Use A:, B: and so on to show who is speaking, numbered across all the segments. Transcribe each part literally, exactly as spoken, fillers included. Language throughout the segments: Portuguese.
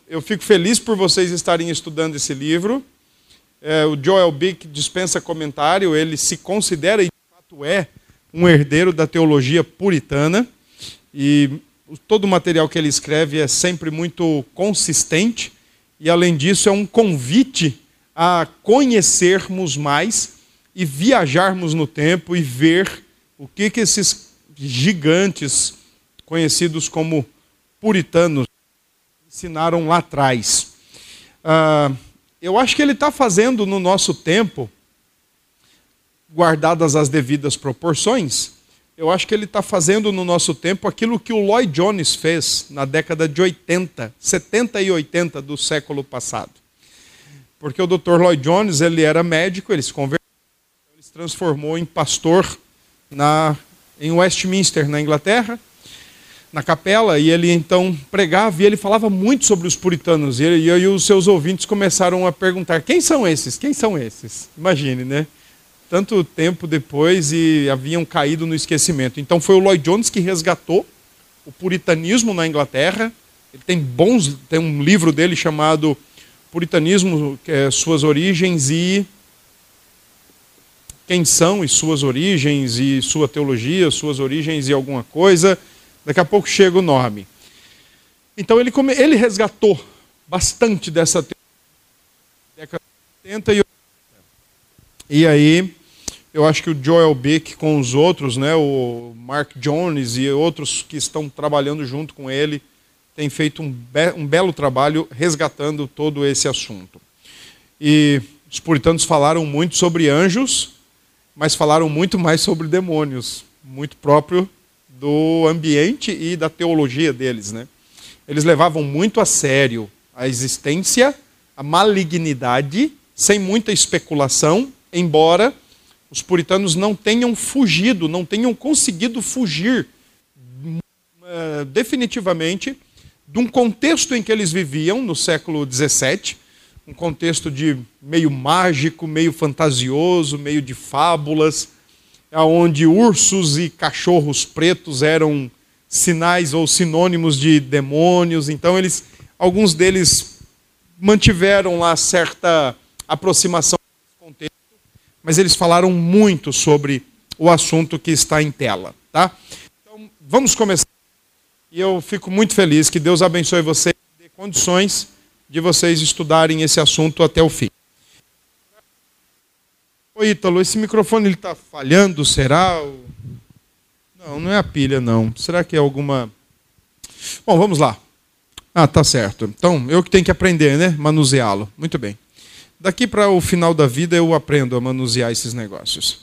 A: eu fico feliz por vocês estarem estudando esse livro. É, o Joel Bick dispensa comentário, ele se considera, e de fato é, um herdeiro da teologia puritana. E todo o material que ele escreve é sempre muito consistente. E, além disso, é um convite a conhecermos mais e viajarmos no tempo e ver o que, que esses gigantes, conhecidos como puritanos, ensinaram lá atrás. Ah, eu acho que ele está fazendo no nosso tempo, guardadas as devidas proporções, eu acho que ele está fazendo no nosso tempo aquilo que o Lloyd Jones fez na década de oitenta, setenta e oitenta do século passado. Porque o doutor Lloyd Jones, ele era médico, ele se converteu, ele se transformou em pastor na, em Westminster, na Inglaterra, na capela, e ele então pregava, e ele falava muito sobre os puritanos, e, ele, e aí os seus ouvintes começaram a perguntar, quem são esses? Quem são esses? Imagine, né? Tanto tempo depois e haviam caído no esquecimento. Então foi o Lloyd Jones que resgatou o puritanismo na Inglaterra. Ele tem bons, tem um livro dele chamado Puritanismo, que é Suas Origens e Quem São e Suas Origens e Sua Teologia, Suas Origens e alguma coisa. Daqui a pouco chega o nome. Então ele, come, ele resgatou bastante dessa teologia da década de setenta e oitenta. E aí, eu acho que o Joel Bick com os outros, né, o Mark Jones e outros que estão trabalhando junto com ele, têm feito um, be um belo trabalho resgatando todo esse assunto. E os puritanos falaram muito sobre anjos, mas falaram muito mais sobre demônios, muito próprio do ambiente e da teologia deles, né? Eles levavam muito a sério a existência, a malignidade, sem muita especulação, embora os puritanos não tenham fugido, não tenham conseguido fugir uh, definitivamente de um contexto em que eles viviam no século dezessete, um contexto de meio mágico, meio fantasioso, meio de fábulas, onde ursos e cachorros pretos eram sinais ou sinônimos de demônios. Então eles, alguns deles mantiveram lá certa aproximação desse contexto, mas eles falaram muito sobre o assunto que está em tela, tá? Então vamos começar. E eu fico muito feliz que Deus abençoe vocês e dê condições de vocês estudarem esse assunto até o fim. Ô Ítalo, esse microfone está falhando, será? Não, não é a pilha, não. Será que é alguma... Bom, vamos lá. Ah, tá certo. Então, eu que tenho que aprender, né? Manuseá-lo. Muito bem. Daqui para o final da vida eu aprendo a manusear esses negócios.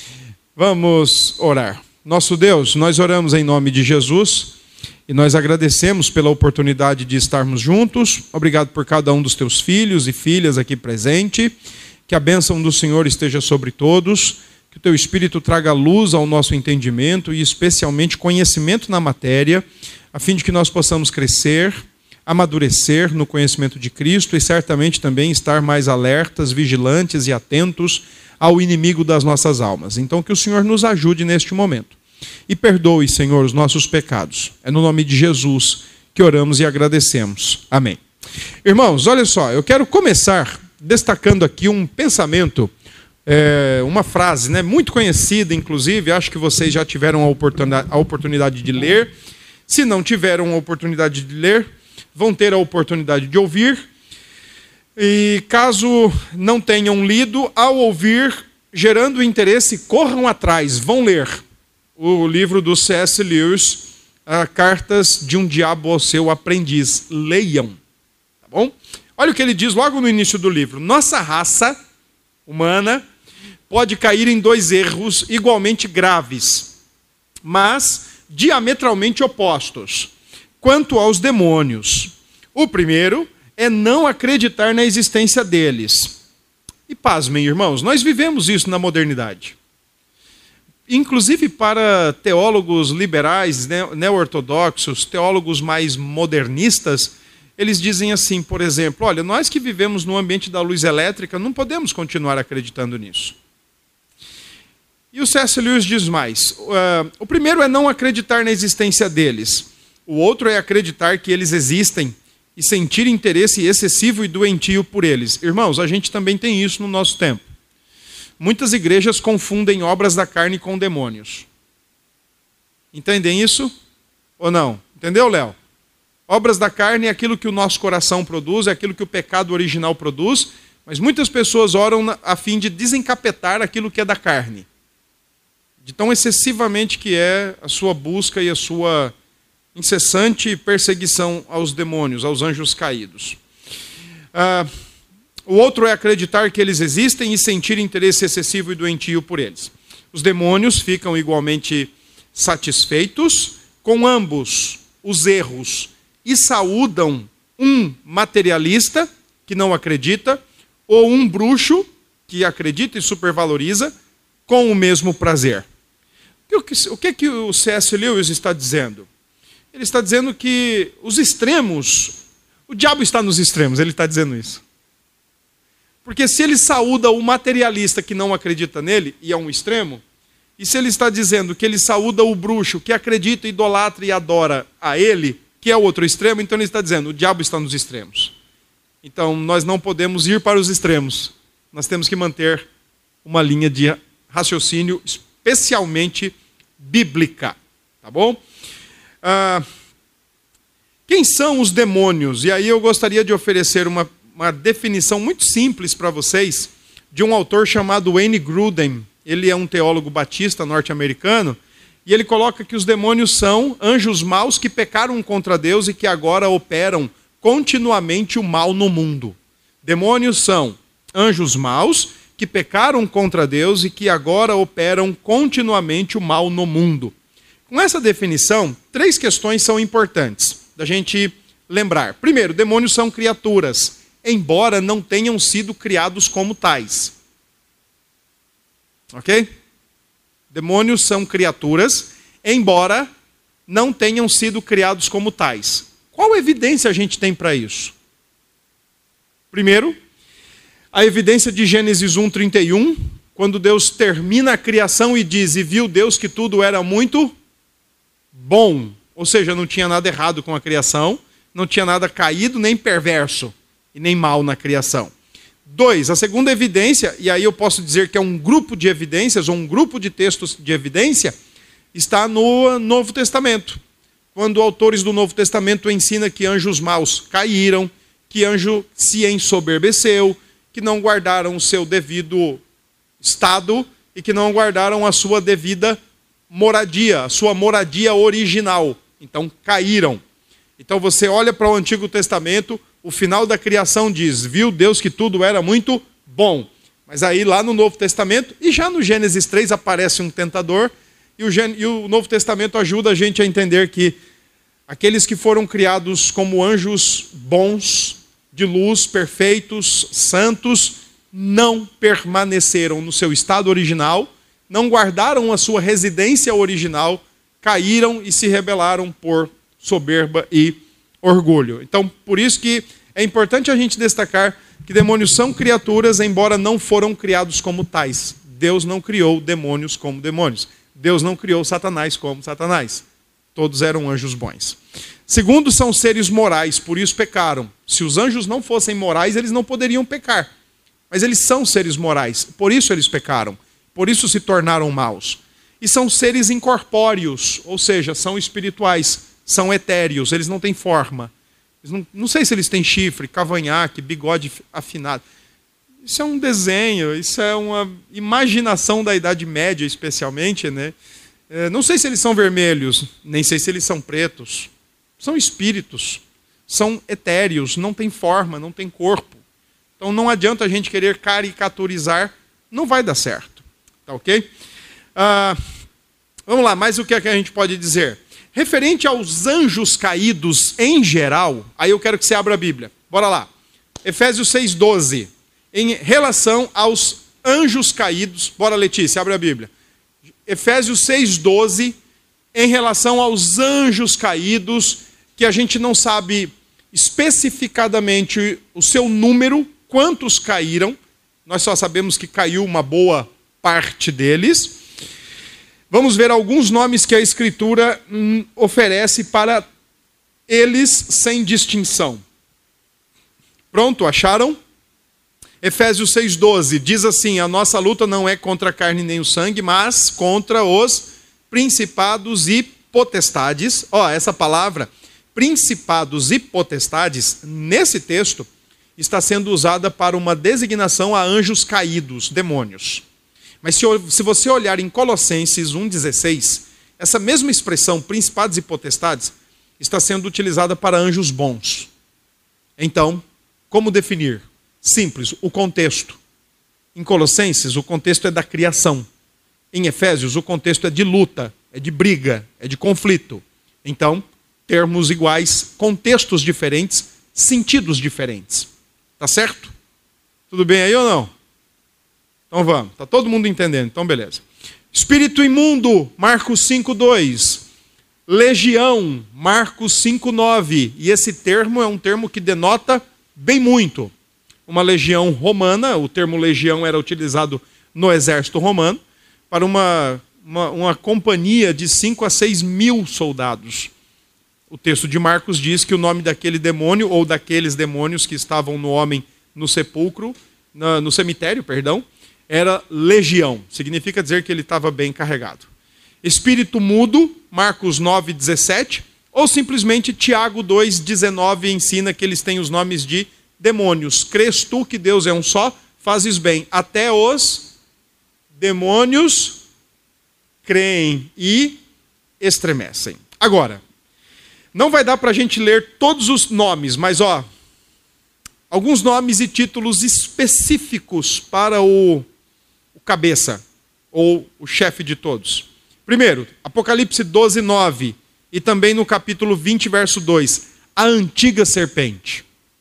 A: Vamos orar. Nosso Deus, nós oramos em nome de Jesus e nós agradecemos pela oportunidade de estarmos juntos. Obrigado por cada um dos teus filhos e filhas aqui presente. Que a bênção do Senhor esteja sobre todos, que o teu Espírito traga luz ao nosso entendimento e especialmente conhecimento na matéria, a fim de que nós possamos crescer, amadurecer no conhecimento de Cristo e certamente também estar mais alertas, vigilantes e atentos ao inimigo das nossas almas. Então que o Senhor nos ajude neste momento. E perdoe, Senhor, os nossos pecados. É no nome de Jesus que oramos e agradecemos. Amém. Irmãos, olha só, eu quero começar destacando aqui um pensamento, é, uma frase, né, muito conhecida, inclusive, acho que vocês já tiveram a oportunidade, a oportunidade de ler. Se não tiveram a oportunidade de ler, vão ter a oportunidade de ouvir. E caso não tenham lido, ao ouvir, gerando interesse, corram atrás, vão ler o livro do C S Lewis, Cartas de um Diabo ao Seu Aprendiz. Leiam, tá bom? Olha o que ele diz logo no início do livro. Nossa raça humana pode cair em dois erros igualmente graves, mas diametralmente opostos, quanto aos demônios. O primeiro é não acreditar na existência deles. E pasmem, irmãos, nós vivemos isso na modernidade. Inclusive para teólogos liberais, neo-ortodoxos, teólogos mais modernistas, eles dizem assim, por exemplo, olha, nós que vivemos no ambiente da luz elétrica não podemos continuar acreditando nisso. E o C S Lewis diz mais, uh, o primeiro é não acreditar na existência deles, o outro é acreditar que eles existem e sentir interesse excessivo e doentio por eles. Irmãos, a gente também tem isso no nosso tempo. Muitas igrejas confundem obras da carne com demônios. Entendem isso? Ou não? Entendeu, Léo? Obras da carne é aquilo que o nosso coração produz, é aquilo que o pecado original produz, mas muitas pessoas oram a fim de desencapetar aquilo que é da carne. De tão excessivamente que é a sua busca e a sua incessante perseguição aos demônios, aos anjos caídos. Ah, o outro é acreditar que eles existem e sentir interesse excessivo e doentio por eles. Os demônios ficam igualmente satisfeitos com ambos os erros e saúdam um materialista que não acredita ou um bruxo que acredita e supervaloriza com o mesmo prazer. O que, o que, que o C S Lewis está dizendo? Ele está dizendo que os extremos, o diabo está nos extremos, ele está dizendo isso. Porque se ele saúda o materialista que não acredita nele, e é um extremo, e se ele está dizendo que ele saúda o bruxo que acredita, idolatra e adora a ele, que é o outro extremo, então ele está dizendo, o diabo está nos extremos. Então nós não podemos ir para os extremos, nós temos que manter uma linha de raciocínio especialmente bíblica, tá bom? Ah, quem são os demônios? E aí eu gostaria de oferecer uma, uma definição muito simples para vocês, de um autor chamado Wayne Grudem. Ele é um teólogo batista norte-americano, e ele coloca que os demônios são anjos maus que pecaram contra Deus e que agora operam continuamente o mal no mundo. Demônios são anjos maus que pecaram contra Deus e que agora operam continuamente o mal no mundo. Com essa definição, três questões são importantes da gente lembrar. Primeiro, demônios são criaturas, embora não tenham sido criados como tais. Ok? Demônios são criaturas, embora não tenham sido criados como tais. Qual evidência a gente tem para isso? Primeiro, a evidência de Gênesis um, trinta e um, quando Deus termina a criação e diz, e viu Deus que tudo era muito bom. Ou seja, não tinha nada errado com a criação, não tinha nada caído, nem perverso, e nem mal na criação. Dois, a segunda evidência, e aí eu posso dizer que é um grupo de evidências, ou um grupo de textos de evidência, está no Novo Testamento. Quando autores do Novo Testamento ensinam que anjos maus caíram, que anjo se ensoberbeceu, que não guardaram o seu devido estado e que não guardaram a sua devida moradia, a sua moradia original. Então caíram. Então você olha para o Antigo Testamento, o final da criação diz, viu Deus que tudo era muito bom. Mas aí lá no Novo Testamento, e já no Gênesis três aparece um tentador, e o, e o Novo Testamento ajuda a gente a entender que aqueles que foram criados como anjos bons, de luz, perfeitos, santos, não permaneceram no seu estado original, não guardaram a sua residência original, caíram e se rebelaram por soberba e orgulho. Então, por isso que é importante a gente destacar que demônios são criaturas, embora não foram criados como tais. Deus não criou demônios como demônios. Deus não criou Satanás como Satanás. Todos eram anjos bons. Segundo, são seres morais, por isso pecaram. Se os anjos não fossem morais, eles não poderiam pecar. Mas eles são seres morais, por isso eles pecaram. Por isso se tornaram maus. E são seres incorpóreos, ou seja, são espirituais, são etéreos, eles não têm forma. Eles não, não sei se eles têm chifre, cavanhaque, bigode afinado. Isso é um desenho, isso é uma imaginação da Idade Média, especialmente, né? É, não sei se eles são vermelhos, nem sei se eles são pretos. São espíritos, são etéreos, não tem forma, não tem corpo. Então não adianta a gente querer caricaturizar, não vai dar certo. Tá ok? Ah, vamos lá, mais o que, é que a gente pode dizer? Referente aos anjos caídos em geral, aí eu quero que você abra a Bíblia. Bora lá. Efésios seis, doze. Em relação aos anjos caídos, bora Letícia, abre a Bíblia. Efésios seis, doze, em relação aos anjos caídos, que a gente não sabe especificadamente o seu número, quantos caíram, nós só sabemos que caiu uma boa parte deles. Vamos ver alguns nomes que a Escritura hum, oferece para eles sem distinção. Pronto, acharam? Efésios seis, doze, diz assim, a nossa luta não é contra a carne nem o sangue, mas contra os principados e potestades. Ó, essa palavra, principados e potestades, nesse texto, está sendo usada para uma designação a anjos caídos, demônios. Mas se, se você olhar em Colossenses um, dezesseis, essa mesma expressão, principados e potestades, está sendo utilizada para anjos bons. Então, como definir? Simples, o contexto. Em Colossenses, o contexto é da criação. Em Efésios, o contexto é de luta, é de briga, é de conflito. Então, termos iguais, contextos diferentes, sentidos diferentes. Tá certo? Tudo bem aí ou não? Então vamos, tá todo mundo entendendo, então beleza. Espírito imundo, Marcos cinco, dois. Legião, Marcos cinco, nove. E esse termo é um termo que denota bem muito. Uma legião romana, o termo legião era utilizado no exército romano, para uma, uma, uma companhia de cinco a seis mil soldados. O texto de Marcos diz que o nome daquele demônio, ou daqueles demônios que estavam no homem no sepulcro, no, no cemitério, perdão, era legião. Significa dizer que ele estava bem carregado. Espírito mudo, Marcos nove, dezessete, ou simplesmente Tiago dois, dezenove ensina que eles têm os nomes de demônios. Crês tu que Deus é um só? Fazes bem. Até os demônios creem e estremecem. Agora, não vai dar para a gente ler todos os nomes, mas ó, alguns nomes e títulos específicos para o, o cabeça, ou o chefe de todos. Primeiro, Apocalipse doze, nove, e também no capítulo vinte, verso dois, a antiga serpente.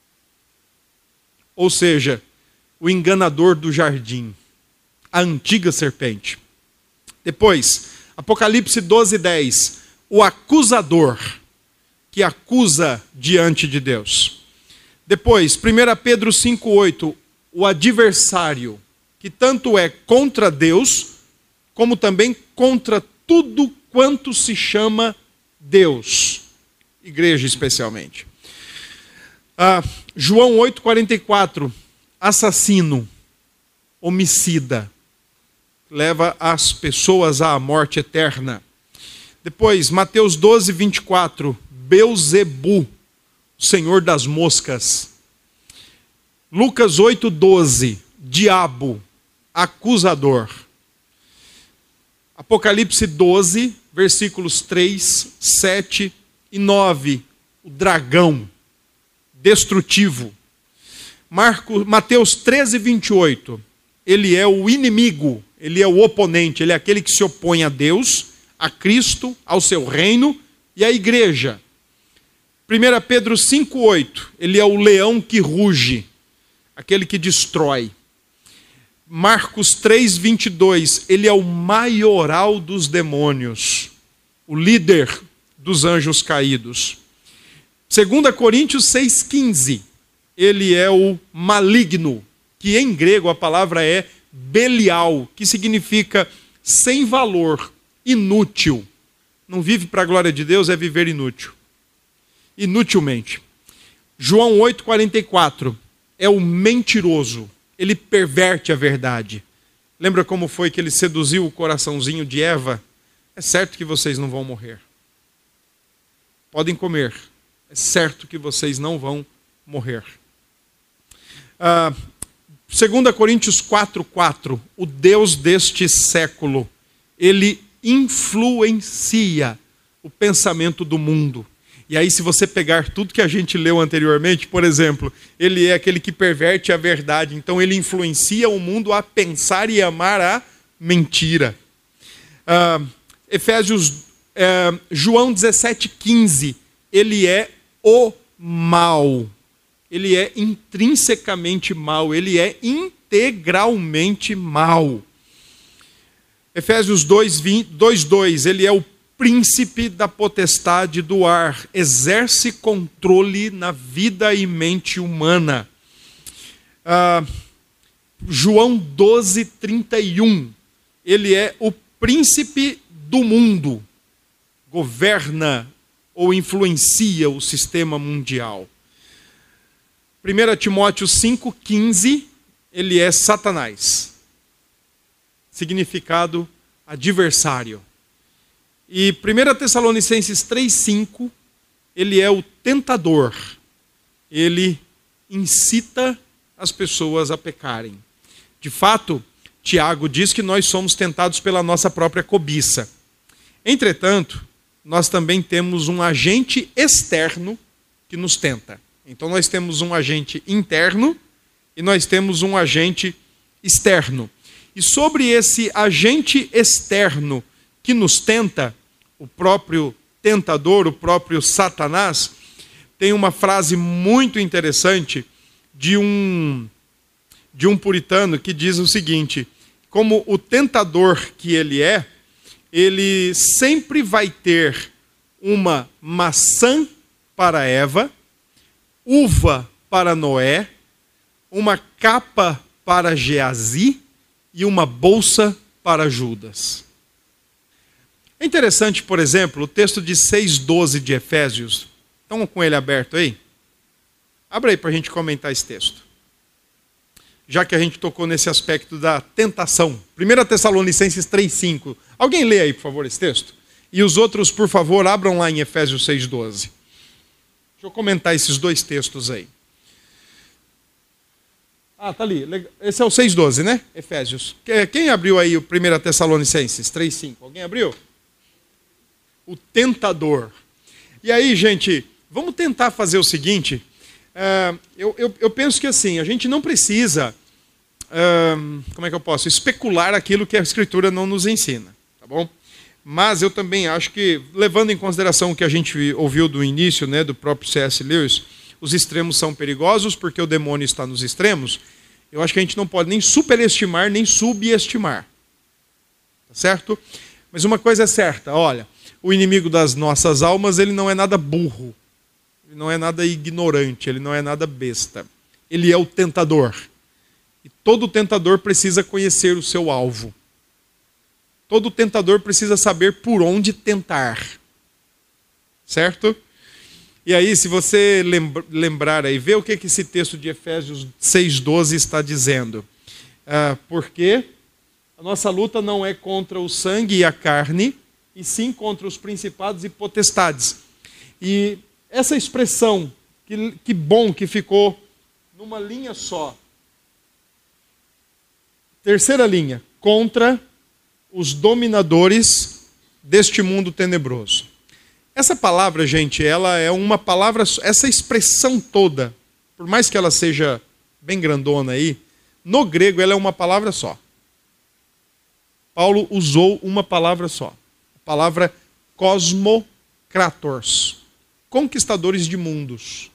A: Ou seja, o enganador do jardim, a antiga serpente. Depois, Apocalipse doze, dez, o acusador, que acusa diante de Deus. Depois, primeira Pedro cinco, oito, o adversário, que tanto é contra Deus, como também contra tudo quanto se chama Deus. Igreja especialmente. Ah, João oito, quarenta e quatro, assassino, homicida, leva as pessoas à morte eterna. Depois, Mateus doze, vinte e quatro, Beuzebu, senhor das moscas. Lucas oito, doze, diabo, acusador. Apocalipse doze, versículos três, sete e nove, o dragão destrutivo. Marcos, Mateus treze, vinte e oito, ele é o inimigo, ele é o oponente, ele é aquele que se opõe a Deus, a Cristo, ao seu reino e à igreja. primeira Pedro cinco, oito, ele é o leão que ruge, aquele que destrói. Marcos três, vinte e dois, ele é o maioral dos demônios, o líder dos anjos caídos. segunda Coríntios seis, quinze, ele é o maligno, que em grego a palavra é Belial, que significa sem valor, inútil. Não vive para a glória de Deus, é viver inútil. Inutilmente. João oito, quarenta e quatro, é o mentiroso, ele perverte a verdade. Lembra como foi que ele seduziu o coraçãozinho de Eva? É certo que vocês não vão morrer. Podem comer. É certo que vocês não vão morrer. Ah, segunda Coríntios quatro, quatro, o Deus deste século, ele influencia o pensamento do mundo. E aí, se você pegar tudo que a gente leu anteriormente, por exemplo, ele é aquele que perverte a verdade, então ele influencia o mundo a pensar e amar a mentira. Ah, Efésios, eh, João dezessete, quinze, ele é o mal, ele é intrinsecamente mal, ele é integralmente mal. Efésios dois, dois, ele é o príncipe da potestade do ar, exerce controle na vida e mente humana. Ah, João doze, trinta e um, ele é o príncipe do mundo, governa ou influencia o sistema mundial. primeiro Timóteo cinco, quinze, ele é Satanás. Significado adversário. E primeiro Tessalonicenses três, cinco, ele é o tentador. Ele incita as pessoas a pecarem. De fato, Tiago diz que nós somos tentados pela nossa própria cobiça. Entretanto, nós também temos um agente externo que nos tenta. Então nós temos um agente interno e nós temos um agente externo. E sobre esse agente externo que nos tenta, o próprio tentador, o próprio Satanás, tem uma frase muito interessante de um, de um puritano que diz o seguinte: como o tentador que ele é, ele sempre vai ter uma maçã para Eva, uva para Noé, uma capa para Geazi e uma bolsa para Judas. É interessante, por exemplo, o texto de seis, doze de Efésios. Estão com ele aberto aí? Abra aí para a gente comentar esse texto. Já que a gente tocou nesse aspecto da tentação. primeiro Tessalonicenses três, cinco. Alguém lê aí, por favor, esse texto? E os outros, por favor, abram lá em Efésios seis, doze. Deixa eu comentar esses dois textos aí. Ah, tá ali. Esse é o seis, doze, né? Efésios. Quem abriu aí o primeiro Tessalonicenses três, cinco? Alguém abriu? O tentador. E aí, gente, vamos tentar fazer o seguinte. Uh, eu, eu, eu penso que assim, a gente não precisa, uh, como é que eu posso, especular aquilo que a Escritura não nos ensina, tá bom? Mas eu também acho que, levando em consideração o que a gente ouviu do início, né, do próprio C S Lewis, os extremos são perigosos porque o demônio está nos extremos. Eu acho que a gente não pode nem superestimar, nem subestimar, tá certo? Mas uma coisa é certa, olha, o inimigo das nossas almas, ele não é nada burro. Ele não é nada ignorante, ele não é nada besta. Ele é o tentador. E todo tentador precisa conhecer o seu alvo. Todo tentador precisa saber por onde tentar. Certo? E aí, se você lembrar aí, vê o que esse texto de Efésios seis, doze está dizendo. Ah, porque a nossa luta não é contra o sangue e a carne, e sim contra os principados e potestades. E essa expressão, que, que bom que ficou numa linha só. Terceira linha, contra os dominadores deste mundo tenebroso. Essa palavra, gente, ela é uma palavra, essa expressão toda, por mais que ela seja bem grandona aí, no grego ela é uma palavra só. Paulo usou uma palavra só. A palavra cosmokrators. Conquistadores de mundos.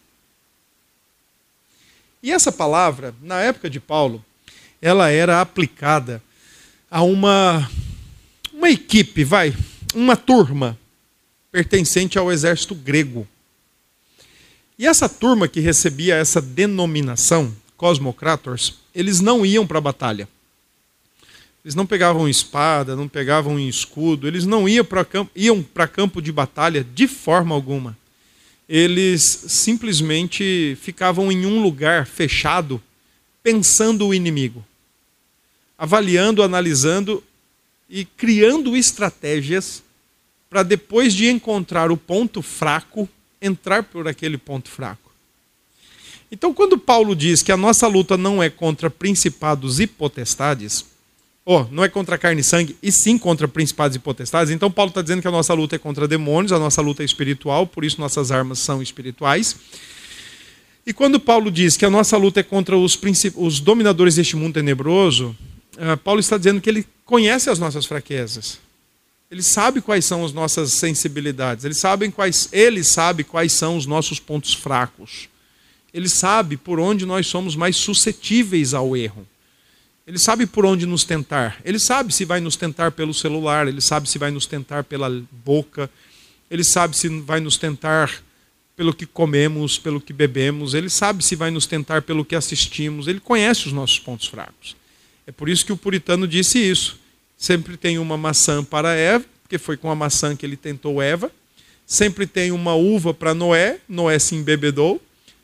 A: E essa palavra, na época de Paulo, ela era aplicada a uma, uma equipe, vai, uma turma pertencente ao exército grego. E essa turma que recebia essa denominação, cosmokrators, eles não iam para a batalha. Eles não pegavam espada, não pegavam escudo, eles não iam para campo, iam para campo de batalha de forma alguma. Eles simplesmente ficavam em um lugar fechado, pensando o inimigo, avaliando, analisando e criando estratégias para, depois de encontrar o ponto fraco, entrar por aquele ponto fraco. Então, quando Paulo diz que a nossa luta não é contra principados e potestades, oh, não é contra carne e sangue, e sim contra principados e potestades. Então Paulo está dizendo que a nossa luta é contra demônios, a nossa luta é espiritual, por isso nossas armas são espirituais. E quando Paulo diz que a nossa luta é contra os, princip... os dominadores deste mundo tenebroso, uh, Paulo está dizendo que ele conhece as nossas fraquezas. Ele sabe quais são as nossas sensibilidades, ele sabe quais, ele sabe quais são os nossos pontos fracos. Ele sabe por onde nós somos mais suscetíveis ao erro. Ele sabe por onde nos tentar. Ele sabe se vai nos tentar pelo celular, ele sabe se vai nos tentar pela boca, ele sabe se vai nos tentar pelo que comemos, pelo que bebemos, ele sabe se vai nos tentar pelo que assistimos, ele conhece os nossos pontos fracos. É por isso que o puritano disse isso. Sempre tem uma maçã para Eva, porque foi com a maçã que ele tentou Eva. Sempre tem uma uva para Noé, Noé se embebedou.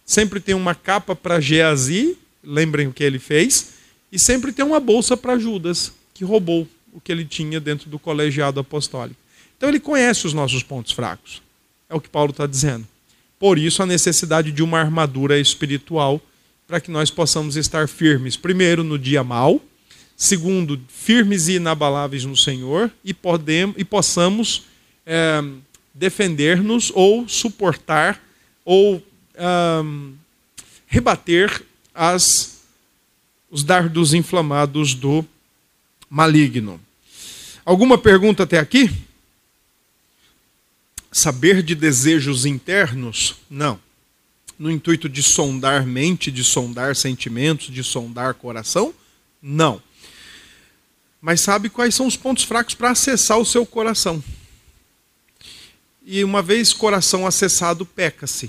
A: sempre tem uma capa para Geazi, lembrem o que ele fez, e sempre tem uma bolsa para Judas, que roubou o que ele tinha dentro do colegiado apostólico. Então ele conhece os nossos pontos fracos. É o que Paulo está dizendo. Por isso a necessidade de uma armadura espiritual para que nós possamos estar firmes. Primeiro, no dia mau. Segundo, firmes e inabaláveis no Senhor. E, podemos, e possamos é, defender-nos ou suportar ou um, rebater as, os dardos inflamados do maligno. Alguma pergunta até aqui? Saber de desejos internos? Não. No intuito de sondar mente, de sondar sentimentos, de sondar coração? Não. Mas sabe quais são os pontos fracos para acessar o seu coração. E uma vez coração acessado, peca-se.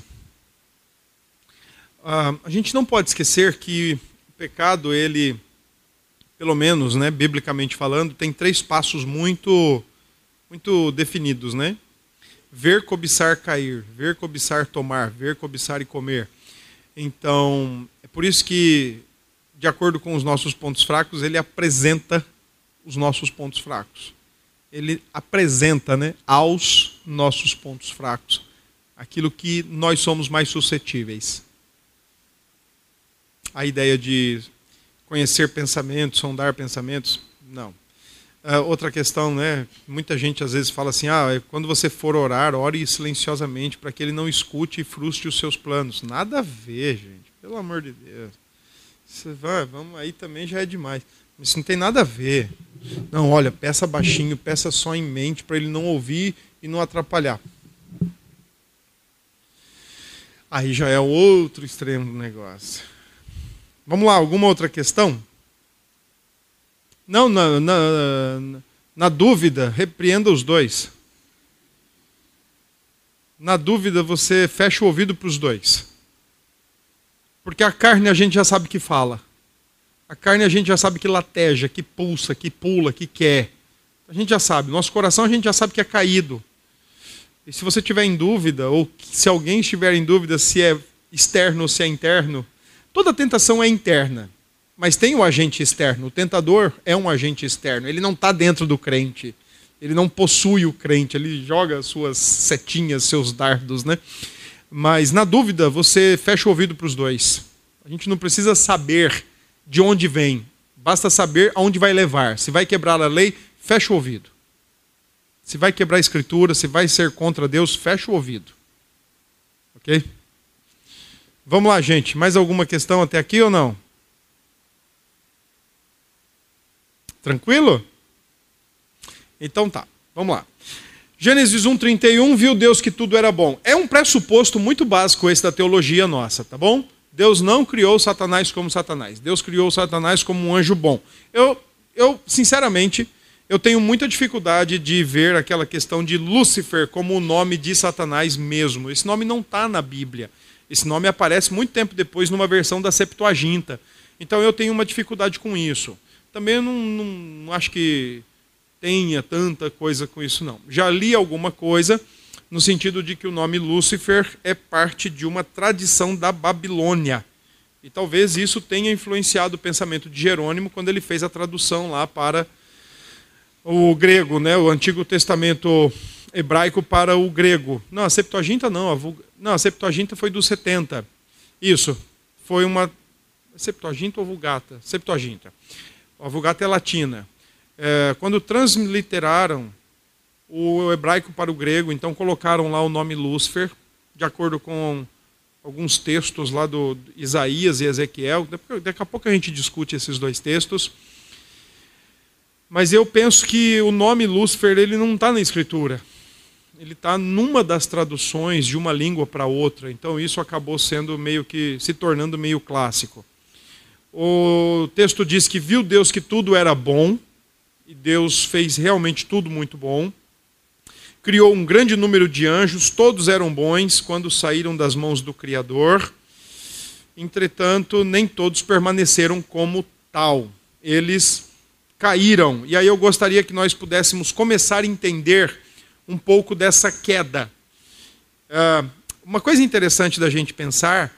A: Ah, a gente não pode esquecer que o pecado, ele, pelo menos, né, biblicamente falando, tem três passos muito, muito definidos, né? Ver, cobiçar, cair. Ver, cobiçar, tomar. Ver, cobiçar e comer. Então, é por isso que, de acordo com os nossos pontos fracos, ele apresenta os nossos pontos fracos. Ele apresenta, né, aos nossos pontos fracos aquilo que nós somos mais suscetíveis. A ideia de conhecer pensamentos, sondar pensamentos, não. Uh, outra questão, né? Muita gente às vezes fala assim, ah, quando você for orar, ore silenciosamente para que ele não escute e frustre os seus planos. Nada a ver, gente. Pelo amor de Deus. Você vai, vamos, aí também já é demais. Isso não tem nada a ver. Não, olha, peça baixinho, peça só em mente para ele não ouvir e não atrapalhar. Aí já é o outro extremo do negócio. Vamos lá, alguma outra questão? Não, na, na, na dúvida, repreenda os dois. Na dúvida, você fecha o ouvido para os dois. Porque a carne a gente já sabe que fala. A carne a gente já sabe que lateja, que pulsa, que pula, que quer. A gente já sabe. Nosso coração a gente já sabe que é caído. E se você tiver em dúvida, ou se alguém estiver em dúvida se é externo ou se é interno, toda tentação é interna. Mas tem o agente externo. O tentador é um agente externo. Ele não está dentro do crente. Ele não possui o crente. Ele joga suas setinhas, seus dardos, né? Mas, na dúvida, você fecha o ouvido para os dois. A gente não precisa saber de onde vem. Basta saber aonde vai levar. Se vai quebrar a lei, fecha o ouvido. Se vai quebrar a escritura, se vai ser contra Deus, fecha o ouvido. Ok? Vamos lá, gente. Mais alguma questão até aqui ou não? Tranquilo? Então tá, vamos lá. Gênesis um, trinta e um, viu Deus que tudo era bom. É um pressuposto muito básico esse da teologia nossa, tá bom? Deus não criou Satanás como Satanás. Deus criou Satanás como um anjo bom. Eu, eu sinceramente, eu tenho muita dificuldade de ver aquela questão de Lúcifer como o nome de Satanás mesmo. Esse nome não está na Bíblia. Esse nome aparece muito tempo depois numa versão da Septuaginta. Então eu tenho uma dificuldade com isso. Também não, não, não acho que tenha tanta coisa com isso, não. Já li alguma coisa no sentido de que o nome Lúcifer é parte de uma tradição da Babilônia. E talvez isso tenha influenciado o pensamento de Jerônimo quando ele fez a tradução lá para o grego, né? O Antigo Testamento hebraico para o grego. Não, a Septuaginta não. A, Vulg... não, a Septuaginta foi dos setenta. Isso. Foi uma... Septuaginta ou Vulgata? Septuaginta. A Vulgata é latina. É, quando transliteraram o hebraico para o grego, então colocaram lá o nome Lúcifer, de acordo com alguns textos lá do Isaías e Ezequiel. Daqui a pouco a gente discute esses dois textos. Mas eu penso que o nome Lúcifer ele não está na Escritura. Ele está numa das traduções de uma língua para outra. Então isso acabou sendo meio que se tornando meio clássico. O texto diz que viu Deus que tudo era bom, e Deus fez realmente tudo muito bom. Criou um grande número de anjos, todos eram bons quando saíram das mãos do Criador. Entretanto, nem todos permaneceram como tal. Eles caíram. E aí eu gostaria que nós pudéssemos começar a entender um pouco dessa queda. Uh, uma coisa interessante da gente pensar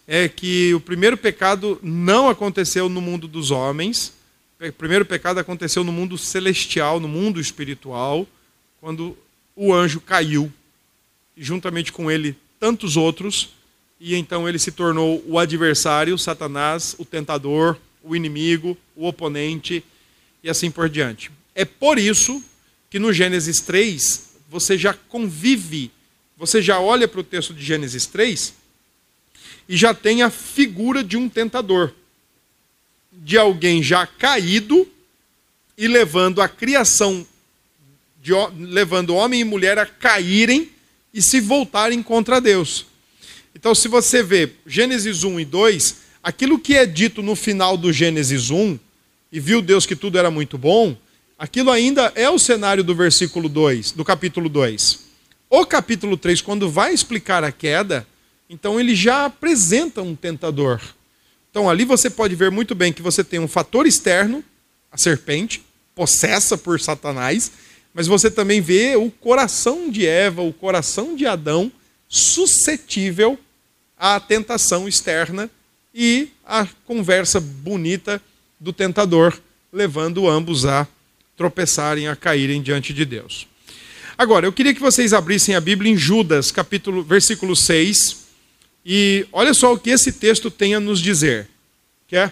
A: é que o primeiro pecado não aconteceu no mundo dos homens. O primeiro pecado aconteceu no mundo celestial, no mundo espiritual, quando o anjo caiu, e juntamente com ele tantos outros, e então ele se tornou o adversário, Satanás, o tentador, o inimigo, o oponente, e assim por diante. É por isso que no Gênesis três, você já convive, você já olha para o texto de Gênesis três, e já tem a figura de um tentador, de alguém já caído e levando a criação, de, levando homem e mulher a caírem e se voltarem contra Deus. Então, se você vê Gênesis um e dois, aquilo que é dito no final do Gênesis um, e viu Deus que tudo era muito bom, aquilo ainda é o cenário do versículo dois, do capítulo dois. O capítulo três, quando vai explicar a queda, então ele já apresenta um tentador. Então ali você pode ver muito bem que você tem um fator externo, a serpente, possessa por Satanás, mas você também vê o coração de Eva, o coração de Adão, suscetível à tentação externa e à conversa bonita do tentador, levando ambos a tropeçarem, a caírem diante de Deus. Agora, eu queria que vocês abrissem a Bíblia em Judas, capítulo, versículo seis, e olha só o que esse texto tem a nos dizer. Que é?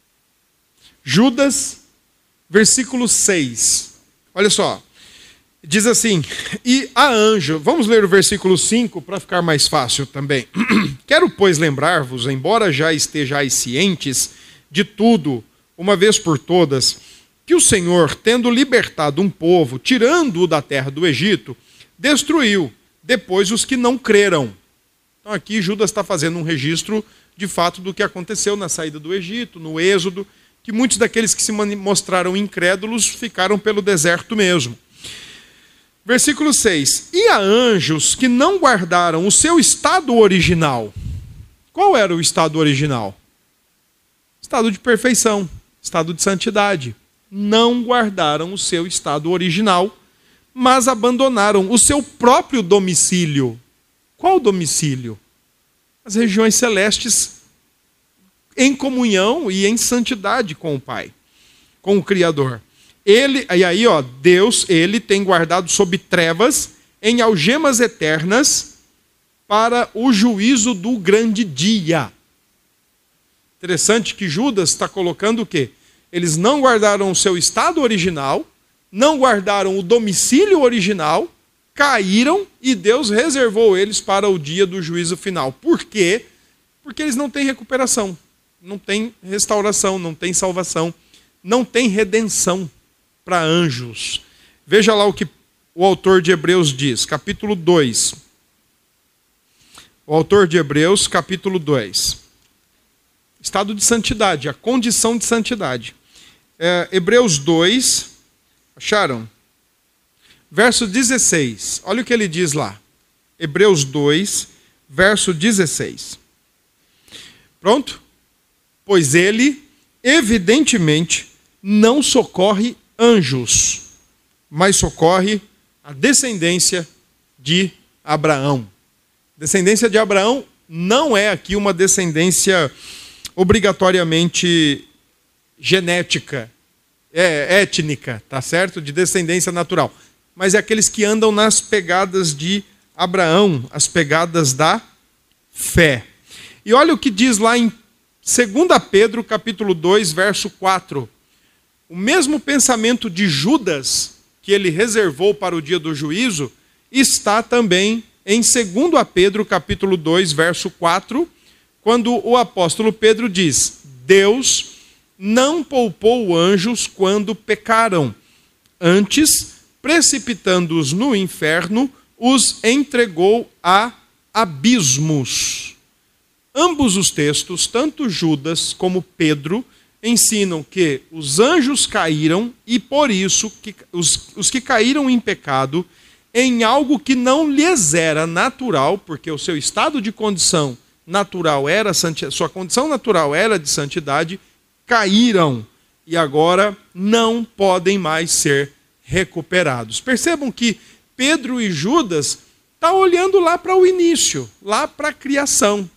A: Judas, versículo seis. Olha só. Diz assim: e a anjo, vamos ler o versículo cinco para ficar mais fácil também. Quero, pois, lembrar-vos, embora já estejais cientes de tudo, uma vez por todas, que o Senhor, tendo libertado um povo, tirando-o da terra do Egito, destruiu depois os que não creram. Então aqui Judas está fazendo um registro de fato do que aconteceu na saída do Egito, no Êxodo, que muitos daqueles que se mostraram incrédulos ficaram pelo deserto mesmo. Versículo seis. E a anjos que não guardaram o seu estado original. Qual era o estado original? Estado de perfeição, estado de santidade. Não guardaram o seu estado original, mas abandonaram o seu próprio domicílio. Qual domicílio? As regiões celestes em comunhão e em santidade com o Pai, com o Criador. Ele, e aí, ó, Deus, ele tem guardado sob trevas, em algemas eternas, para o juízo do grande dia. Interessante que Judas está colocando o quê? Eles não guardaram o seu estado original, não guardaram o domicílio original, caíram e Deus reservou eles para o dia do juízo final. Por quê? Porque eles não têm recuperação, não têm restauração, não têm salvação, não têm redenção para anjos. Veja lá o que o autor de Hebreus diz, capítulo dois. O autor de Hebreus, capítulo dois. Estado de santidade, a condição de santidade. É, Hebreus dois, acharam? Verso dezesseis, olha o que ele diz lá. Hebreus dois, verso dezesseis. Pronto? Pois ele, evidentemente, não socorre anjos, mas socorre a descendência de Abraão. Descendência de Abraão não é aqui uma descendência obrigatoriamente genética, é, étnica, tá certo? De descendência natural. Mas é aqueles que andam nas pegadas de Abraão, as pegadas da fé. E olha o que diz lá em dois Pedro, capítulo dois, verso quatro. O mesmo pensamento de Judas, que ele reservou para o dia do juízo, está também em dois Pedro, capítulo dois, verso quatro, quando o apóstolo Pedro diz: Deus não poupou anjos quando pecaram, antes, precipitando-os no inferno, os entregou a abismos. Ambos os textos, tanto Judas como Pedro, ensinam que os anjos caíram e por isso que os, os que caíram em pecado, em algo que não lhes era natural, porque o seu estado de condição natural era sua condição natural era de santidade, caíram e agora não podem mais ser recuperados. Percebam que Pedro e Judas estão olhando lá para o início, lá para a criação.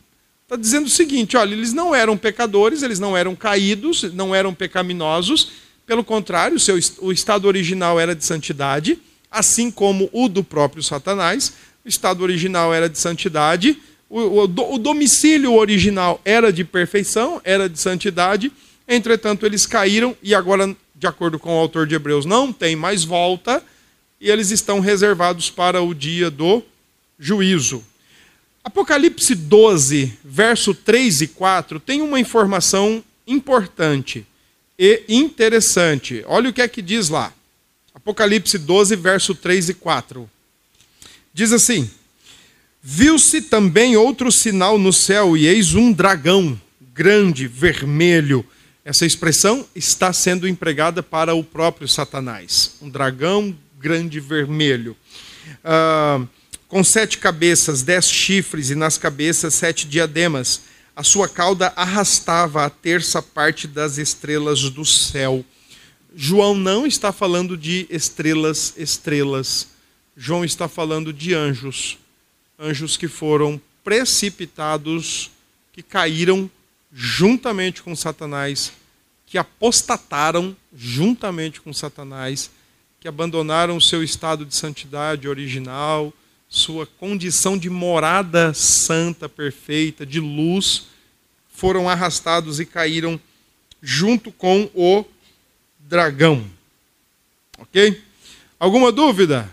A: Está dizendo o seguinte, olha, eles não eram pecadores, eles não eram caídos, não eram pecaminosos, pelo contrário, o, seu, o estado original era de santidade, assim como o do próprio Satanás. O estado original era de santidade, o, o, o domicílio original era de perfeição, era de santidade, entretanto eles caíram e agora, de acordo com o autor de Hebreus, não tem mais volta e eles estão reservados para o dia do juízo. Apocalipse doze, verso três e quatro, tem uma informação importante e interessante. Olha o que é que diz lá. Apocalipse doze, verso três e quatro. Diz assim: viu-se também outro sinal no céu, e eis um dragão grande, vermelho. Essa expressão está sendo empregada para o próprio Satanás. Um dragão grande, vermelho. Ah, com sete cabeças, dez chifres, e nas cabeças sete diademas. A sua cauda arrastava a terça parte das estrelas do céu. João não está falando de estrelas, estrelas. João está falando de anjos. Anjos que foram precipitados, que caíram juntamente com Satanás, que apostataram juntamente com Satanás, que abandonaram o seu estado de santidade original, sua condição de morada santa, perfeita, de luz, foram arrastados e caíram junto com o dragão. Ok? Alguma dúvida?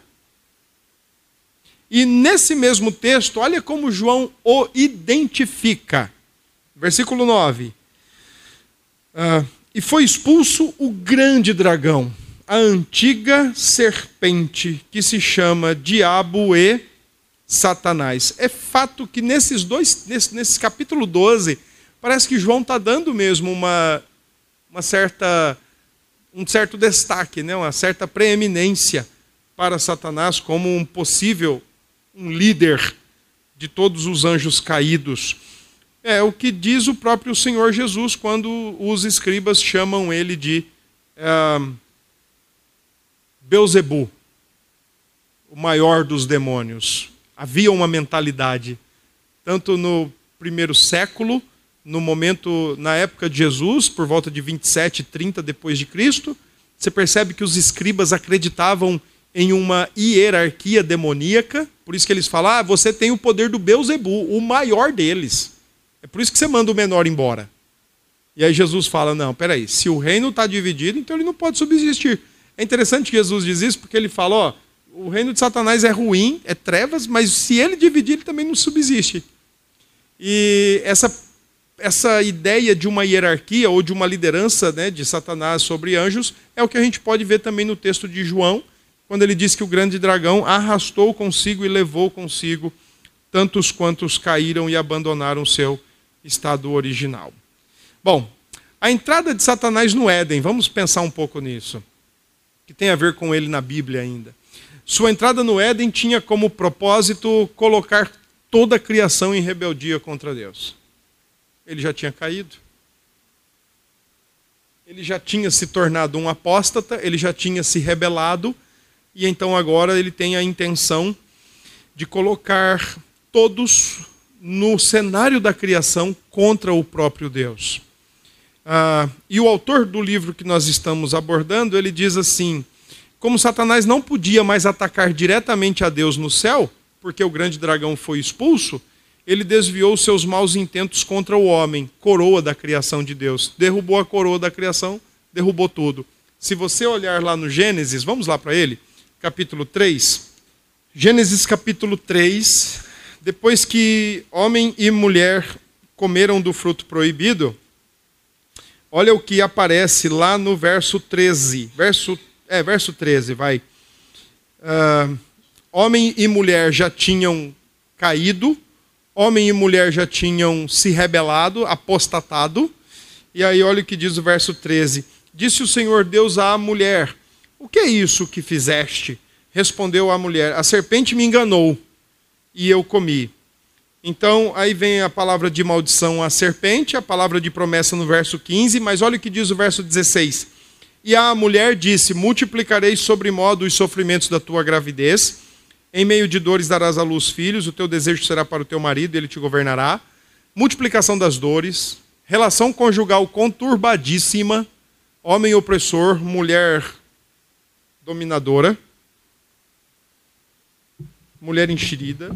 A: E nesse mesmo texto, olha como João o identifica. Versículo nove. Ah, e foi expulso o grande dragão, a antiga serpente, que se chama Diabo e Satanás. É fato que nesses dois, nesse, nesse capítulo doze, parece que João está dando mesmo uma, uma certa, um certo destaque, né? Uma certa preeminência para Satanás como um possível um líder de todos os anjos caídos. É o que diz o próprio Senhor Jesus quando os escribas chamam ele de uh, Belzebu, o maior dos demônios. Havia uma mentalidade, tanto no primeiro século, no momento, na época de Jesus, por volta de vinte e sete, trinta depois de Cristo, você percebe que os escribas acreditavam em uma hierarquia demoníaca, por isso que eles falam, ah, você tem o poder do Belzebu, o maior deles. É por isso que você manda o menor embora. E aí Jesus fala, não, peraí, se o reino está dividido, então ele não pode subsistir. É interessante que Jesus diz isso, porque ele fala, ó, o reino de Satanás é ruim, é trevas, mas se ele dividir, ele também não subsiste. E essa, essa ideia de uma hierarquia ou de uma liderança, né, de Satanás sobre anjos é o que a gente pode ver também no texto de João, quando ele diz que o grande dragão arrastou consigo e levou consigo tantos quantos caíram e abandonaram o seu estado original. Bom, a entrada de Satanás no Éden, vamos pensar um pouco nisso, que tem a ver com ele na Bíblia ainda. Sua entrada no Éden tinha como propósito colocar toda a criação em rebeldia contra Deus. Ele já tinha caído. Ele já tinha se tornado um apóstata, ele já tinha se rebelado, e então agora ele tem a intenção de colocar todos no cenário da criação contra o próprio Deus. Ah, e o autor do livro que nós estamos abordando, ele diz assim, como Satanás não podia mais atacar diretamente a Deus no céu, porque o grande dragão foi expulso, ele desviou seus maus intentos contra o homem, coroa da criação de Deus. Derrubou a coroa da criação, derrubou tudo. Se você olhar lá no Gênesis, vamos lá para ele, capítulo três. Gênesis capítulo três, depois que homem e mulher comeram do fruto proibido, olha o que aparece lá no verso treze. Verso, é, verso treze, vai. Uh, homem e mulher já tinham caído, homem e mulher já tinham se rebelado, apostatado. E aí olha o que diz o verso treze. Disse o Senhor Deus à mulher, o que é isso que fizeste? Respondeu a mulher, a serpente me enganou e eu comi. Então, aí vem a palavra de maldição à serpente, a palavra de promessa no verso quinze, mas olha o que diz o verso dezesseis. E a mulher disse, multiplicarei sobremodo os sofrimentos da tua gravidez, em meio de dores darás à luz filhos, o teu desejo será para o teu marido, ele te governará. multiplicação das dores, relação conjugal conturbadíssima, homem opressor, mulher dominadora, mulher enxerida.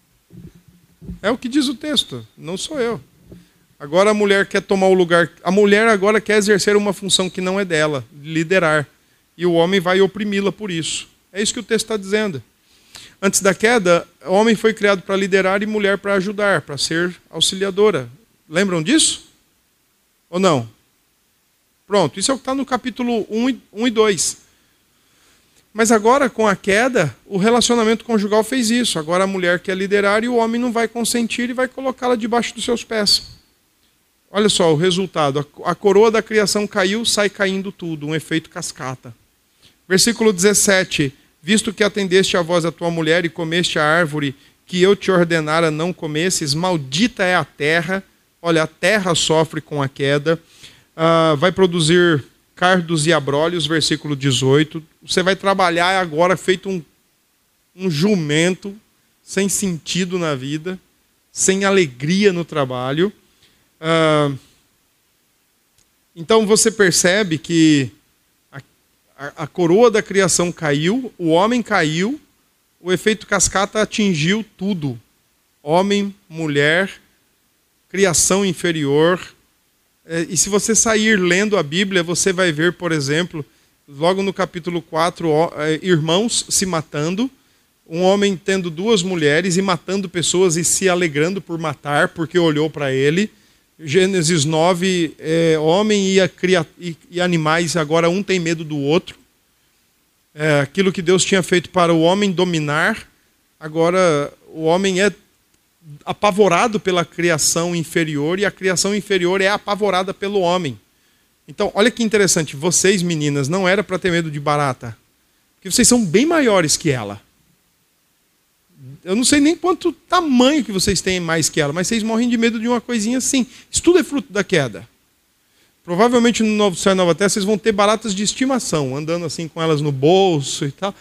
A: É o que diz o texto, não sou eu. Agora a mulher quer tomar o lugar, a mulher agora quer exercer uma função que não é dela, liderar. E o homem vai oprimi-la por isso. É isso que o texto está dizendo. Antes da queda, o homem foi criado para liderar e mulher para ajudar, para ser auxiliadora. Lembram disso? Ou não? Pronto, isso é o que está no capítulo um e dois. Mas agora, com a queda, o relacionamento conjugal fez isso. Agora a mulher quer liderar e o homem não vai consentir e vai colocá-la debaixo dos seus pés. Olha só o resultado. A coroa da criação caiu, sai caindo tudo. Um efeito cascata. Versículo dezessete. Visto que atendeste a voz da tua mulher e comeste a árvore que eu te ordenara não comesses, maldita é a terra. Olha, a terra sofre com a queda. Uh, vai produzir cardos e abrolhos, versículo dezoito. Você vai trabalhar agora feito um, um jumento, sem sentido na vida, sem alegria no trabalho. Uh, então você percebe que a, a, a coroa da criação caiu, o homem caiu, o efeito cascata atingiu tudo. Homem, mulher, criação inferior. E se você sair lendo a Bíblia, você vai ver, por exemplo, logo no capítulo quatro, irmãos se matando, um homem tendo duas mulheres e matando pessoas e se alegrando por matar, porque olhou para ele. Gênesis nove, é, homem e, a, e, e animais, agora um tem medo do outro. É, aquilo que Deus tinha feito para o homem dominar, agora o homem é apavorado pela criação inferior e a criação inferior é apavorada pelo homem. Então, olha que interessante, vocês meninas, não era para ter medo de barata, porque vocês são bem maiores que ela. Eu não sei nem quanto tamanho que vocês têm mais que ela, mas vocês morrem de medo de uma coisinha assim. Isso tudo é fruto da queda. Provavelmente no Novo Céu e Nova Terra vocês vão ter baratas de estimação, andando assim com elas no bolso e tal.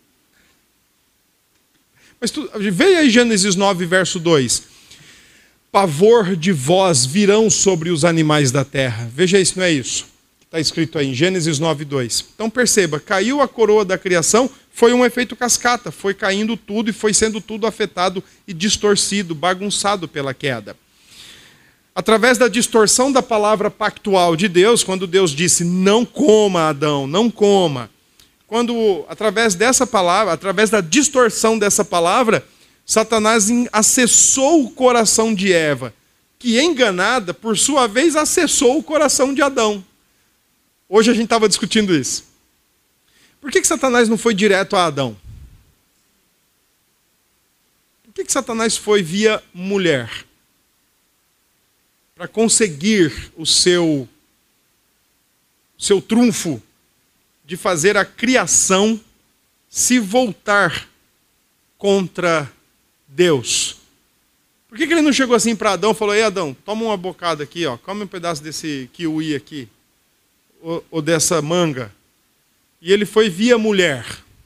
A: Mas tu, veja aí Gênesis nove, verso dois. Pavor de vós virão sobre os animais da terra. Veja isso, não é isso? Está escrito aí em Gênesis nove, dois. Então perceba, caiu a coroa da criação, foi um efeito cascata, foi caindo tudo e foi sendo tudo afetado e distorcido, bagunçado pela queda. Através da distorção da palavra pactual de Deus, quando Deus disse, não coma, Adão, não coma. Quando, através dessa palavra, através da distorção dessa palavra, Satanás acessou o coração de Eva, que enganada, por sua vez, acessou o coração de Adão. Hoje a gente estava discutindo isso. Por que que Satanás não foi direto a Adão? Por que que Satanás foi via mulher? Para conseguir o seu, seu trunfo de fazer a criação se voltar contra Deus. Por que que ele não chegou assim para Adão e falou, ei Adão, toma uma bocada aqui, ó, come um pedaço desse kiwi aqui, ou, ou dessa manga. E ele foi via mulher.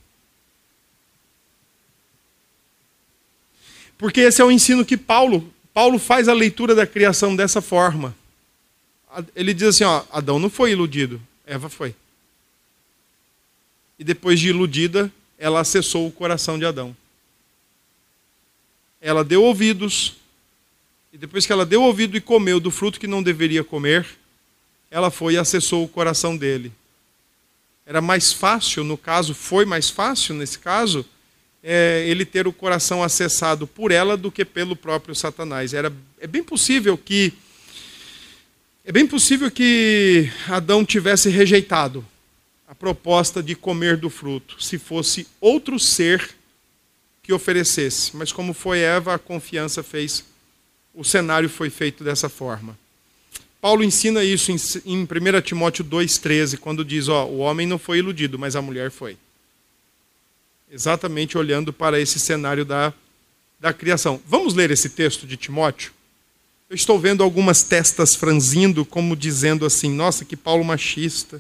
A: Porque esse é o ensino que Paulo, Paulo faz a leitura da criação dessa forma. Ele diz assim, ó, Adão não foi iludido, Eva foi. E depois de iludida, ela acessou o coração de Adão. Ela deu ouvidos, e depois que ela deu ouvido e comeu do fruto que não deveria comer, ela foi e acessou o coração dele. Era mais fácil, no caso, foi mais fácil nesse caso, é, ele ter o coração acessado por ela do que pelo próprio Satanás. Era, é bem possível que, é bem possível que Adão tivesse rejeitado a proposta de comer do fruto, se fosse outro ser que oferecesse. Mas como foi Eva, a confiança fez, o cenário foi feito dessa forma. Paulo ensina isso em primeira Timóteo dois, treze, quando diz, ó, o homem não foi iludido, mas a mulher foi. Exatamente olhando para esse cenário da, da criação. Vamos ler esse texto de Timóteo? Eu estou vendo algumas testas franzindo, como dizendo assim, nossa, que Paulo machista.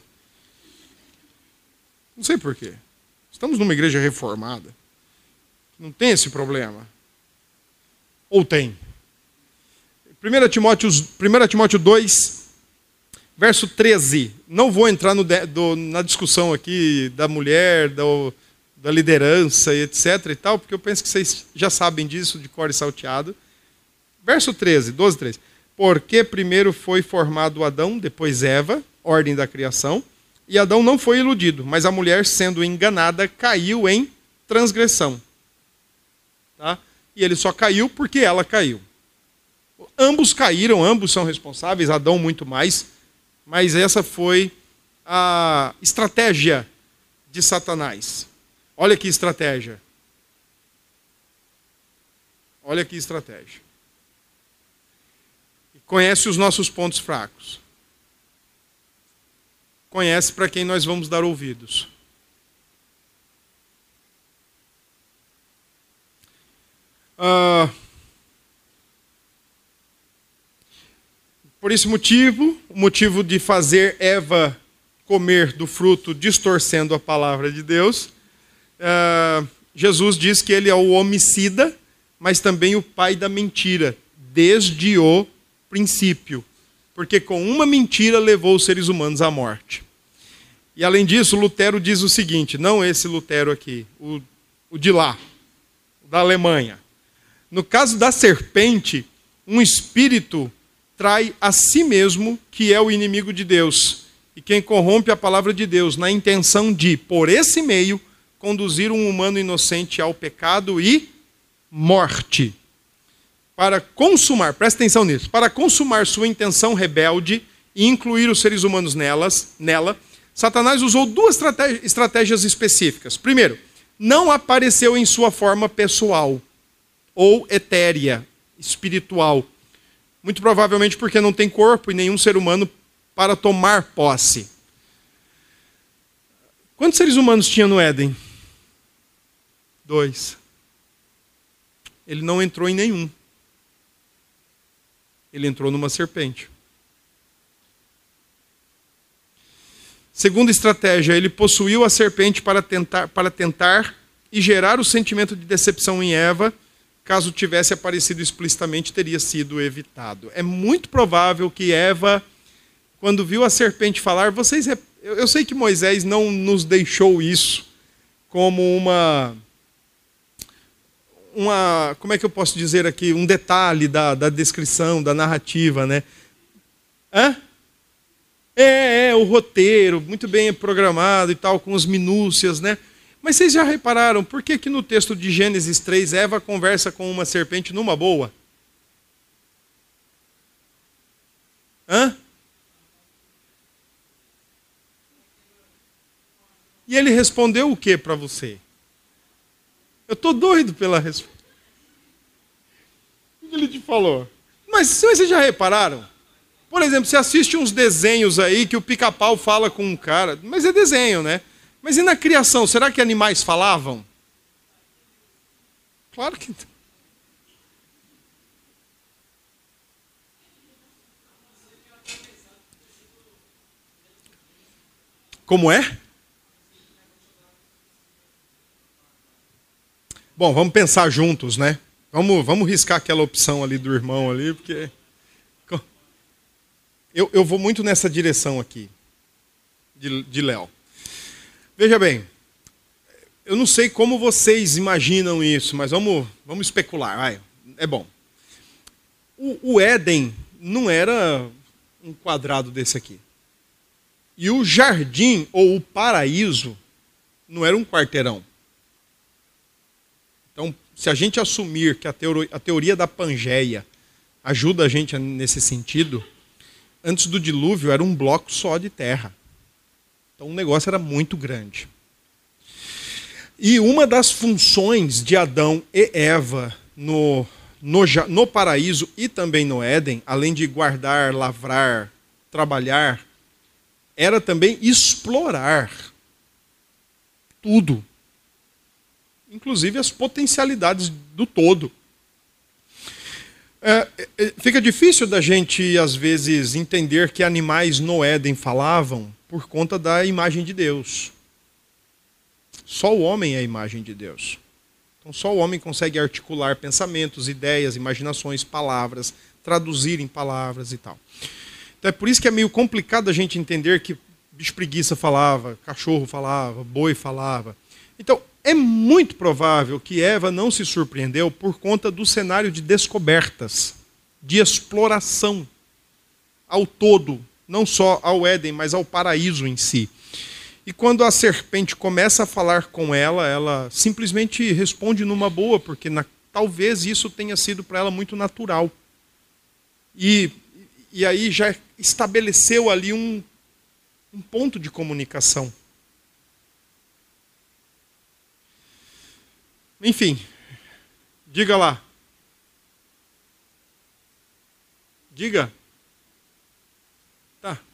A: Não sei por quê. Estamos numa igreja reformada. Não tem esse problema. Ou tem? primeira Timóteo, primeira Timóteo dois, verso treze. Não vou entrar no, do, na discussão aqui da mulher, do, da liderança, etc e tal, porque eu penso que vocês já sabem disso, de cor e salteado. Verso treze, doze, treze. Porque primeiro foi formado Adão, depois Eva, ordem da criação, e Adão não foi iludido, mas a mulher, sendo enganada, caiu em transgressão. Tá? E ele só caiu porque ela caiu. Ambos caíram, ambos são responsáveis, Adão muito mais, mas essa foi a estratégia de Satanás. Olha que estratégia. Olha que estratégia. Conhece os nossos pontos fracos. Conhece para quem nós vamos dar ouvidos. Ah, por esse motivo, o motivo de fazer Eva comer do fruto distorcendo a palavra de Deus, ah, Jesus diz que ele é o homicida, mas também o pai da mentira, desde o princípio, porque com uma mentira levou os seres humanos à morte. E além disso, Lutero diz o seguinte, não esse Lutero aqui, o, o de lá, da Alemanha. No caso da serpente, um espírito trai a si mesmo, que é o inimigo de Deus, e quem corrompe a palavra de Deus na intenção de, por esse meio, conduzir um humano inocente ao pecado e morte. Para consumar, presta atenção nisso, para consumar sua intenção rebelde e incluir os seres humanos nelas, nela, Satanás usou duas estratégias específicas. Primeiro, não apareceu em sua forma pessoal ou etérea, espiritual. Muito provavelmente porque não tem corpo e nenhum ser humano para tomar posse. Quantos seres humanos tinha no Éden? Dois. Ele não entrou em nenhum. Ele entrou numa serpente. Segunda estratégia, ele possuiu a serpente para tentar, para tentar e gerar o sentimento de decepção em Eva. Caso tivesse aparecido explicitamente, teria sido evitado. É muito provável que Eva, quando viu a serpente falar, vocês, eu sei que Moisés não nos deixou isso como uma, uma, como é que eu posso dizer aqui, um detalhe da, da descrição, da narrativa, né? Hã? É, é, o roteiro, muito bem programado e tal, com as minúcias, né? Mas vocês já repararam, por que que no texto de Gênesis três, Eva conversa com uma serpente numa boa? Hã? E ele respondeu o que para você? Eu estou doido pela resposta. O que ele te falou? Mas vocês já repararam? Por exemplo, você assiste uns desenhos aí que o pica-pau fala com um cara, mas é desenho, né? Mas e na criação, será que animais falavam? Claro que não. Como é? Bom, vamos pensar juntos, né? Vamos, vamos riscar aquela opção ali do irmão ali, porque... Eu, eu vou muito nessa direção aqui, de, de Léo. Veja bem, eu não sei como vocês imaginam isso, mas vamos, vamos especular. Vai, é bom. O, o Éden não era um quadrado desse aqui. E o jardim, ou o paraíso, não era um quarteirão. Então, se a gente assumir que a teoria, a teoria da Pangeia ajuda a gente nesse sentido... Antes do dilúvio era um bloco só de terra. Então o negócio era muito grande. E uma das funções de Adão e Eva no, no, no paraíso e também no Éden, além de guardar, lavrar, trabalhar, era também explorar tudo. Inclusive as potencialidades do todo. É, é, fica difícil da gente, às vezes, entender que animais no Éden falavam por conta da imagem de Deus. Só o homem é a imagem de Deus. Então só o homem consegue articular pensamentos, ideias, imaginações, palavras, traduzir em palavras e tal. Então é por isso que é meio complicado a gente entender que bicho preguiça falava, cachorro falava, boi falava. Então, é muito provável que Eva não se surpreendeu por conta do cenário de descobertas, de exploração ao todo, não só ao Éden, mas ao paraíso em si. E quando a serpente começa a falar com ela, ela simplesmente responde numa boa, porque na, talvez isso tenha sido para ela muito natural. E, e aí já estabeleceu ali um, um ponto de comunicação. Enfim, diga lá. Diga. Tá.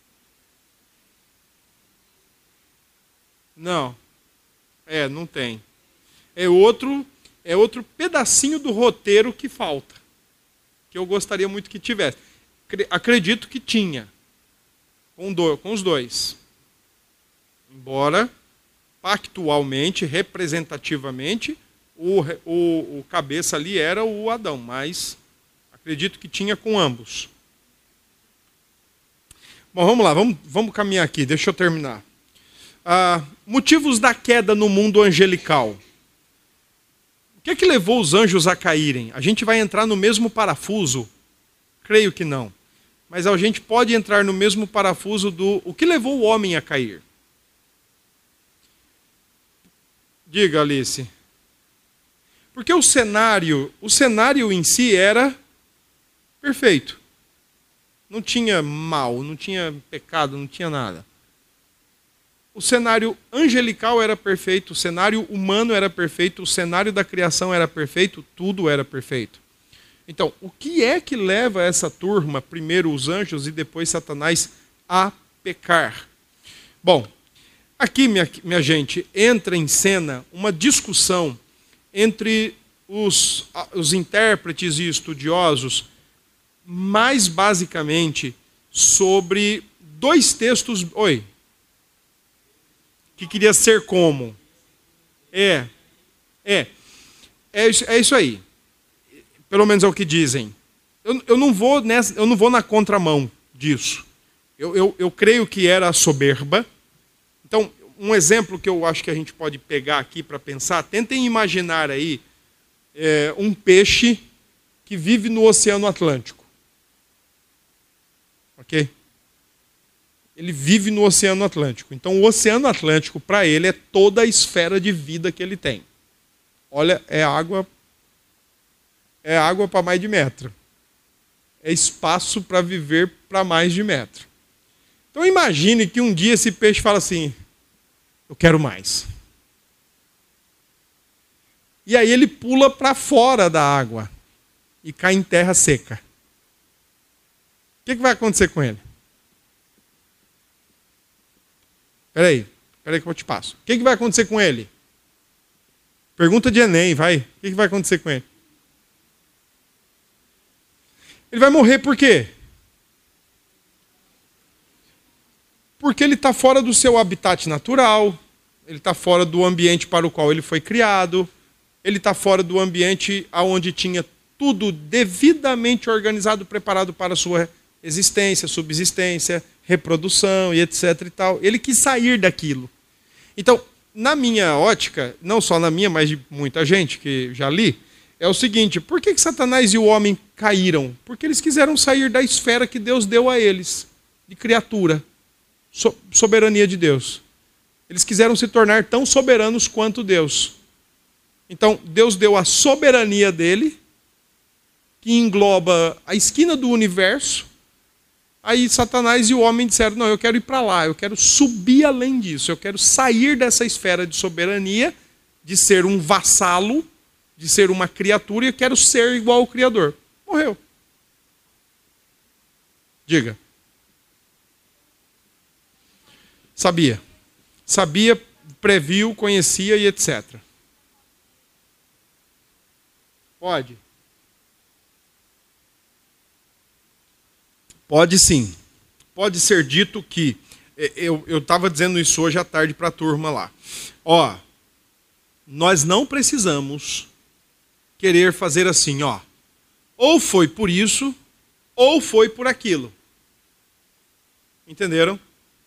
A: Não. É, não tem. É outro, é outro pedacinho do roteiro que falta. Que eu gostaria muito que tivesse. Acredito que tinha. Com, do, com os dois. Embora, pactualmente, representativamente, o, o, o cabeça ali era o Adão. Mas acredito que tinha com ambos. Bom, vamos lá. Vamos, vamos caminhar aqui. Deixa eu terminar. Ah, motivos da queda no mundo angelical. O que é que levou os anjos a caírem? A gente vai entrar no mesmo parafuso? Creio que não. Mas a gente pode entrar no mesmo parafuso do... O que levou o homem a cair? Diga, Alice. Porque o cenário, o cenário em si era perfeito. Não tinha mal, não tinha pecado, não tinha nada. O cenário angelical era perfeito, o cenário humano era perfeito, o cenário da criação era perfeito, tudo era perfeito. Então, o que é que leva essa turma, primeiro os anjos e depois Satanás, a pecar? Bom, aqui, minha, minha gente, entra em cena uma discussão entre os, os intérpretes e estudiosos, mais basicamente sobre dois textos... Oi? Que queria ser como? É, é, é isso, é isso aí. Pelo menos é o que dizem. Eu, eu, não, vou nessa, eu não vou na contramão disso. Eu, eu, eu creio que era a soberba. Então, um exemplo que eu acho que a gente pode pegar aqui para pensar, tentem imaginar aí é, um peixe que vive no Oceano Atlântico. Ok? Ele vive no Oceano Atlântico. Então, o Oceano Atlântico, para ele, é toda a esfera de vida que ele tem. Olha, é água, é água para mais de metro. É espaço para viver para mais de metro. Então, imagine que um dia esse peixe fala assim, eu quero mais. E aí ele pula para fora da água e cai em terra seca. O que, que vai acontecer com ele? Peraí, peraí que eu te passo. O que, que vai acontecer com ele? Pergunta de Enem, vai. O que, que vai acontecer com ele? Ele vai morrer por quê? Porque ele está fora do seu habitat natural, ele está fora do ambiente para o qual ele foi criado, ele está fora do ambiente onde tinha tudo devidamente organizado, preparado para a sua existência, subsistência, reprodução e etc e tal. Ele quis sair daquilo. Então, na minha ótica, não só na minha, mas de muita gente que já li, é o seguinte, por que que Satanás e o homem caíram? Porque eles quiseram sair da esfera que Deus deu a eles, de criatura, so- soberania de Deus. Eles quiseram se tornar tão soberanos quanto Deus. Então, Deus deu a soberania dele, que engloba a esquina do universo. Aí Satanás e o homem disseram, não, eu quero ir para lá, eu quero subir além disso, eu quero sair dessa esfera de soberania, de ser um vassalo, de ser uma criatura, e eu quero ser igual ao Criador. Morreu. Diga. Sabia. Sabia, previu, conhecia e etcétera. Pode. Pode sim. Pode ser dito que... Eu estava dizendo isso hoje à tarde para a turma lá. Ó, nós não precisamos querer fazer assim, ó. Ou foi por isso, ou foi por aquilo. Entenderam?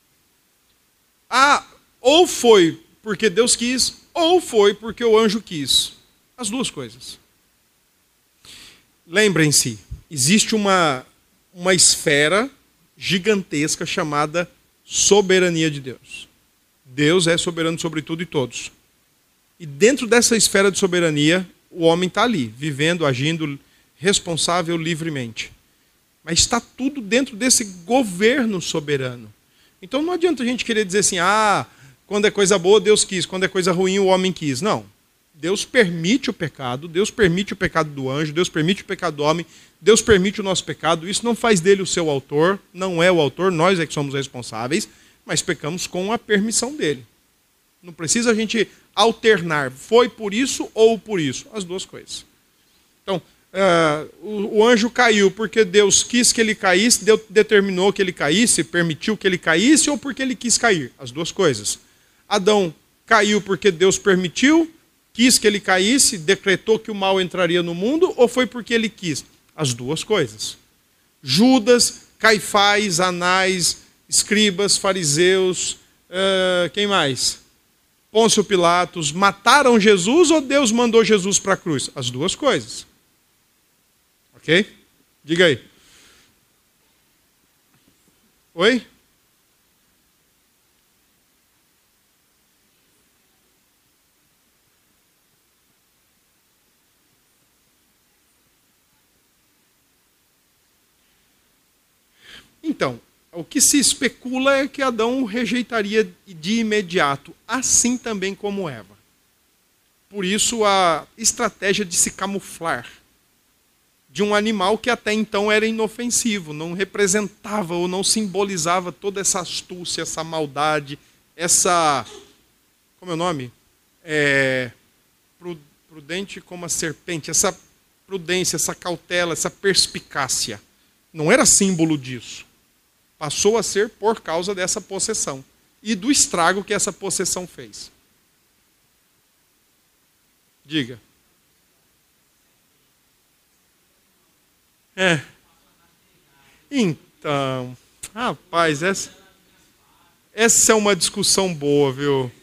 A: Ah, ou foi porque Deus quis, ou foi porque o anjo quis. As duas coisas. Lembrem-se, existe uma, uma esfera gigantesca chamada soberania de Deus. Deus é soberano sobre tudo e todos. E dentro dessa esfera de soberania, o homem está ali, vivendo, agindo, responsável livremente. Mas está tudo dentro desse governo soberano. Então não adianta a gente querer dizer assim, ah, quando é coisa boa, Deus quis, quando é coisa ruim, o homem quis. Não. Deus permite o pecado, Deus permite o pecado do anjo, Deus permite o pecado do homem, Deus permite o nosso pecado. Isso não faz dele o seu autor, não é o autor, nós é que somos responsáveis, mas pecamos com a permissão dele. Não precisa a gente alternar, foi por isso ou por isso, as duas coisas. Então, uh, o, o anjo caiu porque Deus quis que ele caísse, Deus determinou que ele caísse, permitiu que ele caísse, ou porque ele quis cair, as duas coisas. Adão caiu porque Deus permitiu, quis que ele caísse, decretou que o mal entraria no mundo, ou foi porque ele quis? As duas coisas. Judas, Caifás, Anás, escribas, fariseus, uh, quem mais? Pôncio Pilatos, mataram Jesus ou Deus mandou Jesus para a cruz? As duas coisas. Ok? Diga aí. Oi? Então, o que se especula é que Adão rejeitaria de imediato, assim também como Eva. Por isso a estratégia de se camuflar de um animal que até então era inofensivo, não representava ou não simbolizava toda essa astúcia, essa maldade, essa... como é o nome? É, prudente como a serpente, essa prudência, essa cautela, essa perspicácia. Não era símbolo disso. Passou a ser por causa dessa possessão e do estrago que essa possessão fez. Diga. É. Então, rapaz, essa, essa é uma discussão boa, viu?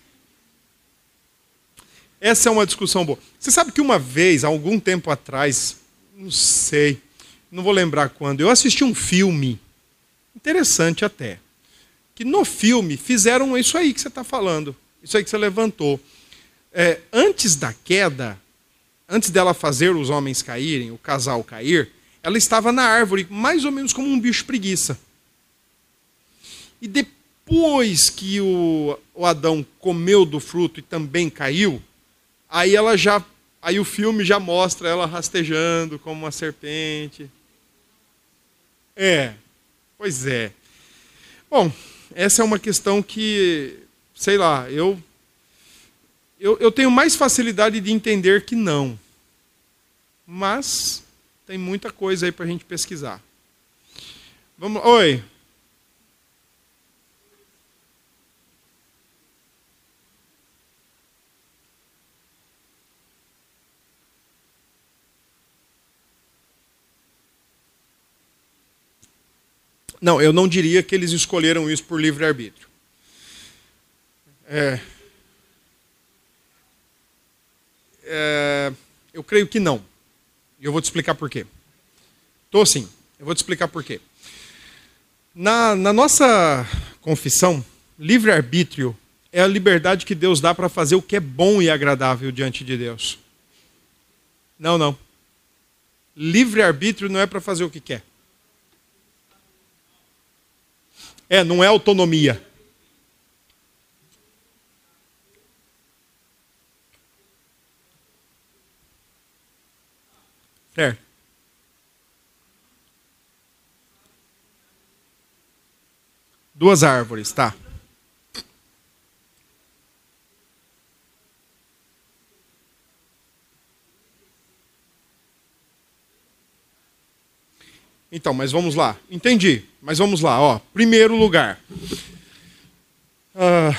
A: Essa é uma discussão boa. Você sabe que uma vez, há algum tempo atrás, não sei, não vou lembrar quando, eu assisti um filme, interessante até, que no filme fizeram isso aí que você está falando, isso aí que você levantou. É, antes da queda, antes dela fazer os homens caírem, o casal cair, ela estava na árvore, mais ou menos como um bicho preguiça. E depois que o, o Adão comeu do fruto e também caiu, aí ela já, aí o filme já mostra ela rastejando como uma serpente. É, pois é. Bom, essa é uma questão que, sei lá, eu, eu, eu tenho mais facilidade de entender que não. Mas tem muita coisa aí para a gente pesquisar. Vamos, oi. Não, eu não diria que eles escolheram isso por livre-arbítrio. É, é, eu creio que não. E eu vou te explicar por quê. Estou sim, eu vou te explicar por quê. Na, na nossa confissão, livre-arbítrio é a liberdade que Deus dá para fazer o que é bom e agradável diante de Deus. Não, não. Livre-arbítrio não é para fazer o que quer. É, não é autonomia. É. Duas árvores, tá. Então, mas vamos lá. Entendi, mas vamos lá. Ó, primeiro lugar. Ah,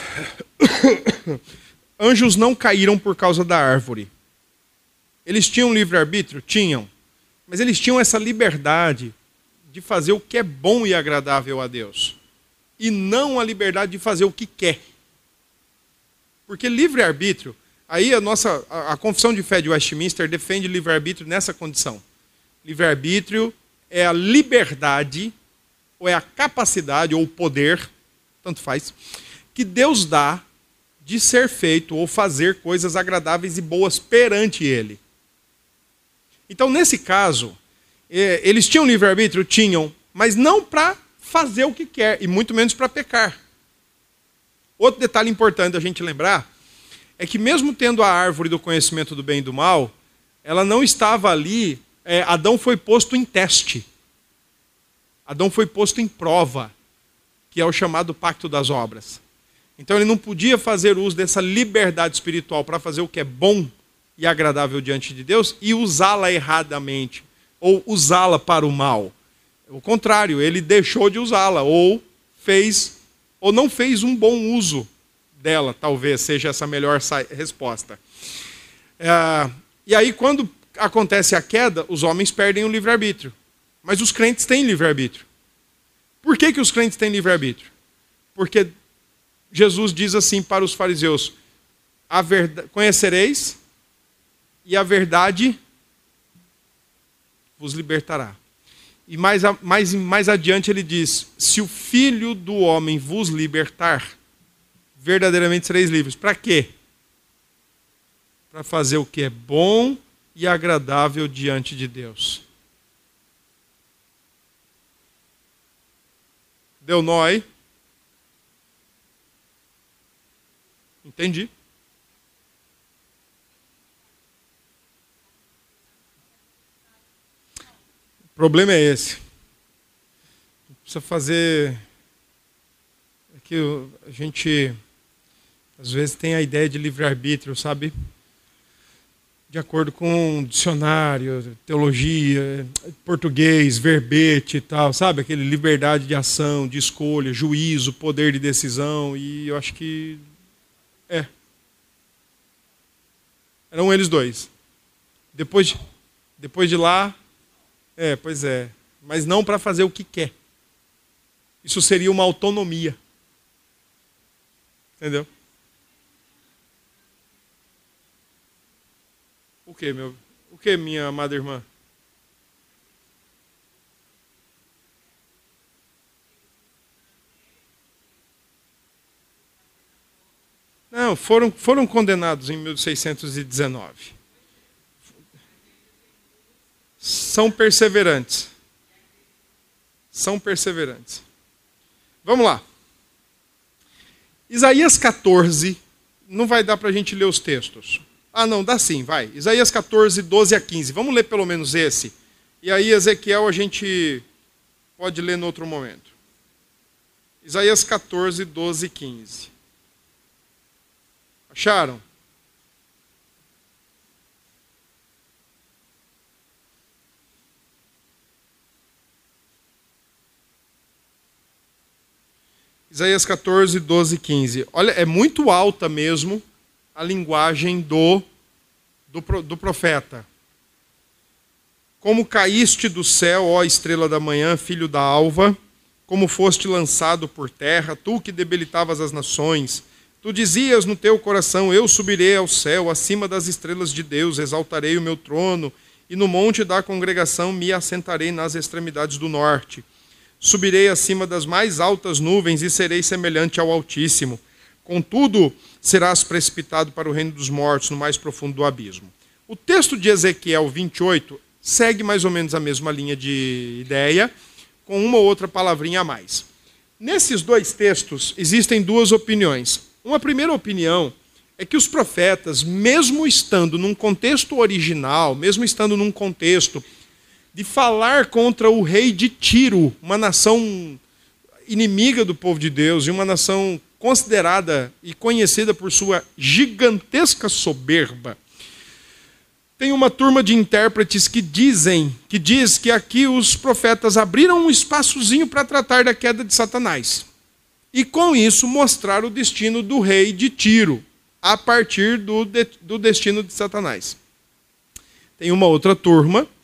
A: anjos não caíram por causa da árvore. Eles tinham livre-arbítrio? Tinham. Mas eles tinham essa liberdade de fazer o que é bom e agradável a Deus. E não a liberdade de fazer o que quer. Porque livre-arbítrio, aí a nossa a, a confissão de fé de Westminster defende livre-arbítrio nessa condição. Livre-arbítrio é a liberdade, ou é a capacidade, ou o poder, tanto faz, que Deus dá de ser feito ou fazer coisas agradáveis e boas perante Ele. Então, nesse caso, eles tinham livre-arbítrio? Tinham, mas não para fazer o que quer, e muito menos para pecar. Outro detalhe importante a gente lembrar é que mesmo tendo a árvore do conhecimento do bem e do mal, ela não estava ali, é, Adão foi posto em teste. Adão foi posto em prova, que é o chamado pacto das obras. Então ele não podia fazer uso dessa liberdade espiritual para fazer o que é bom e agradável diante de Deus e usá-la erradamente, ou usá-la para o mal. O contrário, ele deixou de usá-la, ou fez, ou não fez um bom uso dela, talvez seja essa a melhor resposta. É, e aí, quando acontece a queda, os homens perdem o livre-arbítrio. Mas os crentes têm livre-arbítrio. Por que que os crentes têm livre-arbítrio? Porque Jesus diz assim para os fariseus: a verdade, conhecereis, e a verdade vos libertará. E mais, mais, mais adiante ele diz: se o Filho do homem vos libertar, verdadeiramente sereis livres. Para quê? Para fazer o que é bom e agradável diante de Deus. Deu nó aí? Entendi. O problema é esse. Precisa fazer... É que a gente, às vezes, tem a ideia de livre-arbítrio, sabe? De acordo com dicionário, teologia, português, verbete e tal, sabe? Aquele liberdade de ação, de escolha, juízo, poder de decisão, e eu acho que... É. Eram eles dois. Depois de, depois de lá... É, pois é. Mas não para fazer o que quer. Isso seria uma autonomia. Entendeu? O que, meu? O que, minha amada irmã? Não, foram, foram condenados em mil seiscentos e dezenove. São perseverantes. São perseverantes. Vamos lá. Isaías catorze, não vai dar para a gente ler os textos. Ah, não, dá sim, vai. Isaías catorze, doze a quinze. Vamos ler pelo menos esse. E aí, Ezequiel, a gente pode ler no outro momento. Isaías catorze, doze e quinze. Acharam? Isaías catorze, doze e quinze. Olha, é muito alta mesmo a linguagem do, do, do profeta. Como caíste do céu, ó estrela da manhã, filho da alva, como foste lançado por terra, tu que debilitavas as nações, tu dizias no teu coração: eu subirei ao céu, acima das estrelas de Deus, exaltarei o meu trono, e no monte da congregação me assentarei nas extremidades do norte. Subirei acima das mais altas nuvens e serei semelhante ao Altíssimo. Contudo, serás precipitado para o reino dos mortos, no mais profundo do abismo. O texto de Ezequiel vinte e oito segue mais ou menos a mesma linha de ideia, com uma ou outra palavrinha a mais. Nesses dois textos existem duas opiniões. Uma primeira opinião é que os profetas, mesmo estando num contexto original, mesmo estando num contexto de falar contra o rei de Tiro, uma nação inimiga do povo de Deus e uma nação considerada e conhecida por sua gigantesca soberba, tem uma turma de intérpretes que dizem, que diz que aqui os profetas abriram um espaçozinho para tratar da queda de Satanás. E com isso mostrar o destino do rei de Tiro, a partir do, de, do destino de Satanás. Tem uma outra turma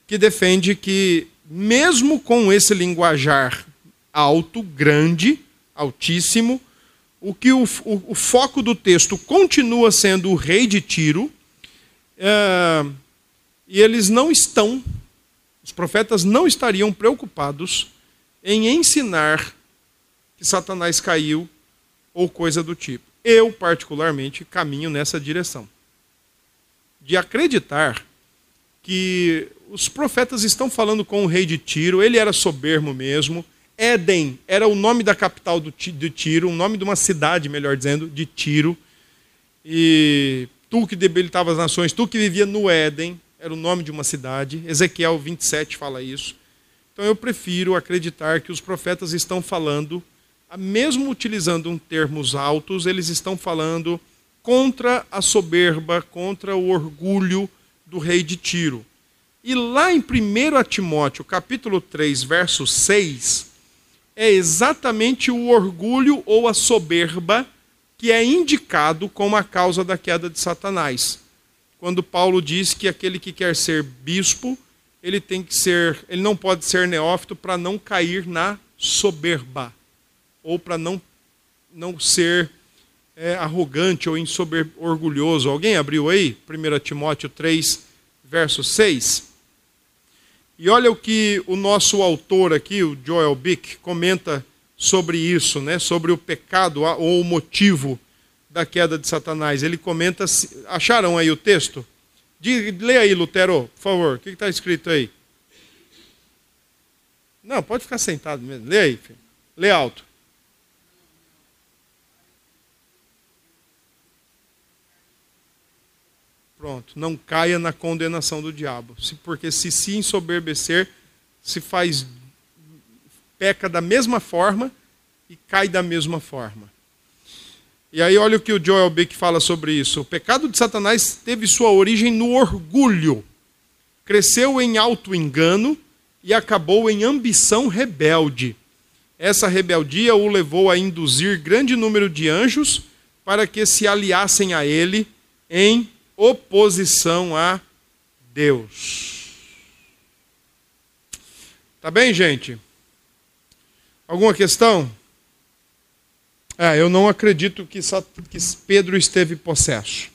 A: que defende que, mesmo com esse linguajar alto, grande, altíssimo, o que o, o, o foco do texto continua sendo o rei de Tiro, é, e eles não estão, os profetas não estariam preocupados em ensinar que Satanás caiu ou coisa do tipo. Eu, particularmente, caminho nessa direção. De acreditar que os profetas estão falando com o rei de Tiro, ele era soberbo mesmo. Éden era o nome da capital do, de Tiro, o nome de uma cidade, melhor dizendo, de Tiro. E tu que debilitava as nações, tu que vivia no Éden, era o nome de uma cidade. Ezequiel vinte e sete fala isso. Então eu prefiro acreditar que os profetas estão falando, mesmo utilizando termos altos, eles estão falando contra a soberba, contra o orgulho do rei de Tiro. E lá em primeiro Timóteo, capítulo três, verso seis, é exatamente o orgulho ou a soberba que é indicado como a causa da queda de Satanás. Quando Paulo diz que aquele que quer ser bispo, ele tem que ser, ele não pode ser neófito para não cair na soberba, ou para não, não ser é, arrogante ou insober, orgulhoso. Alguém abriu aí? primeiro Timóteo três, verso seis. E olha o que o nosso autor aqui, o Joel Bick, comenta sobre isso, né? Sobre o pecado ou o motivo da queda de Satanás. Ele comenta, acharam aí o texto? Lê aí, Lutero, por favor. O que está escrito aí? Não, pode ficar sentado mesmo. Lê aí, filho. Lê alto. Pronto. Não caia na condenação do diabo. Porque se se ensoberbecer, se faz, peca da mesma forma e cai da mesma forma. E aí olha o que o Joel Bick fala sobre isso. O pecado de Satanás teve sua origem no orgulho. Cresceu em auto-engano e acabou em ambição rebelde. Essa rebeldia o levou a induzir grande número de anjos para que se aliassem a ele em oposição a Deus. Tá bem, gente? Alguma questão? Ah, eu não acredito que, que Pedro esteve possesso.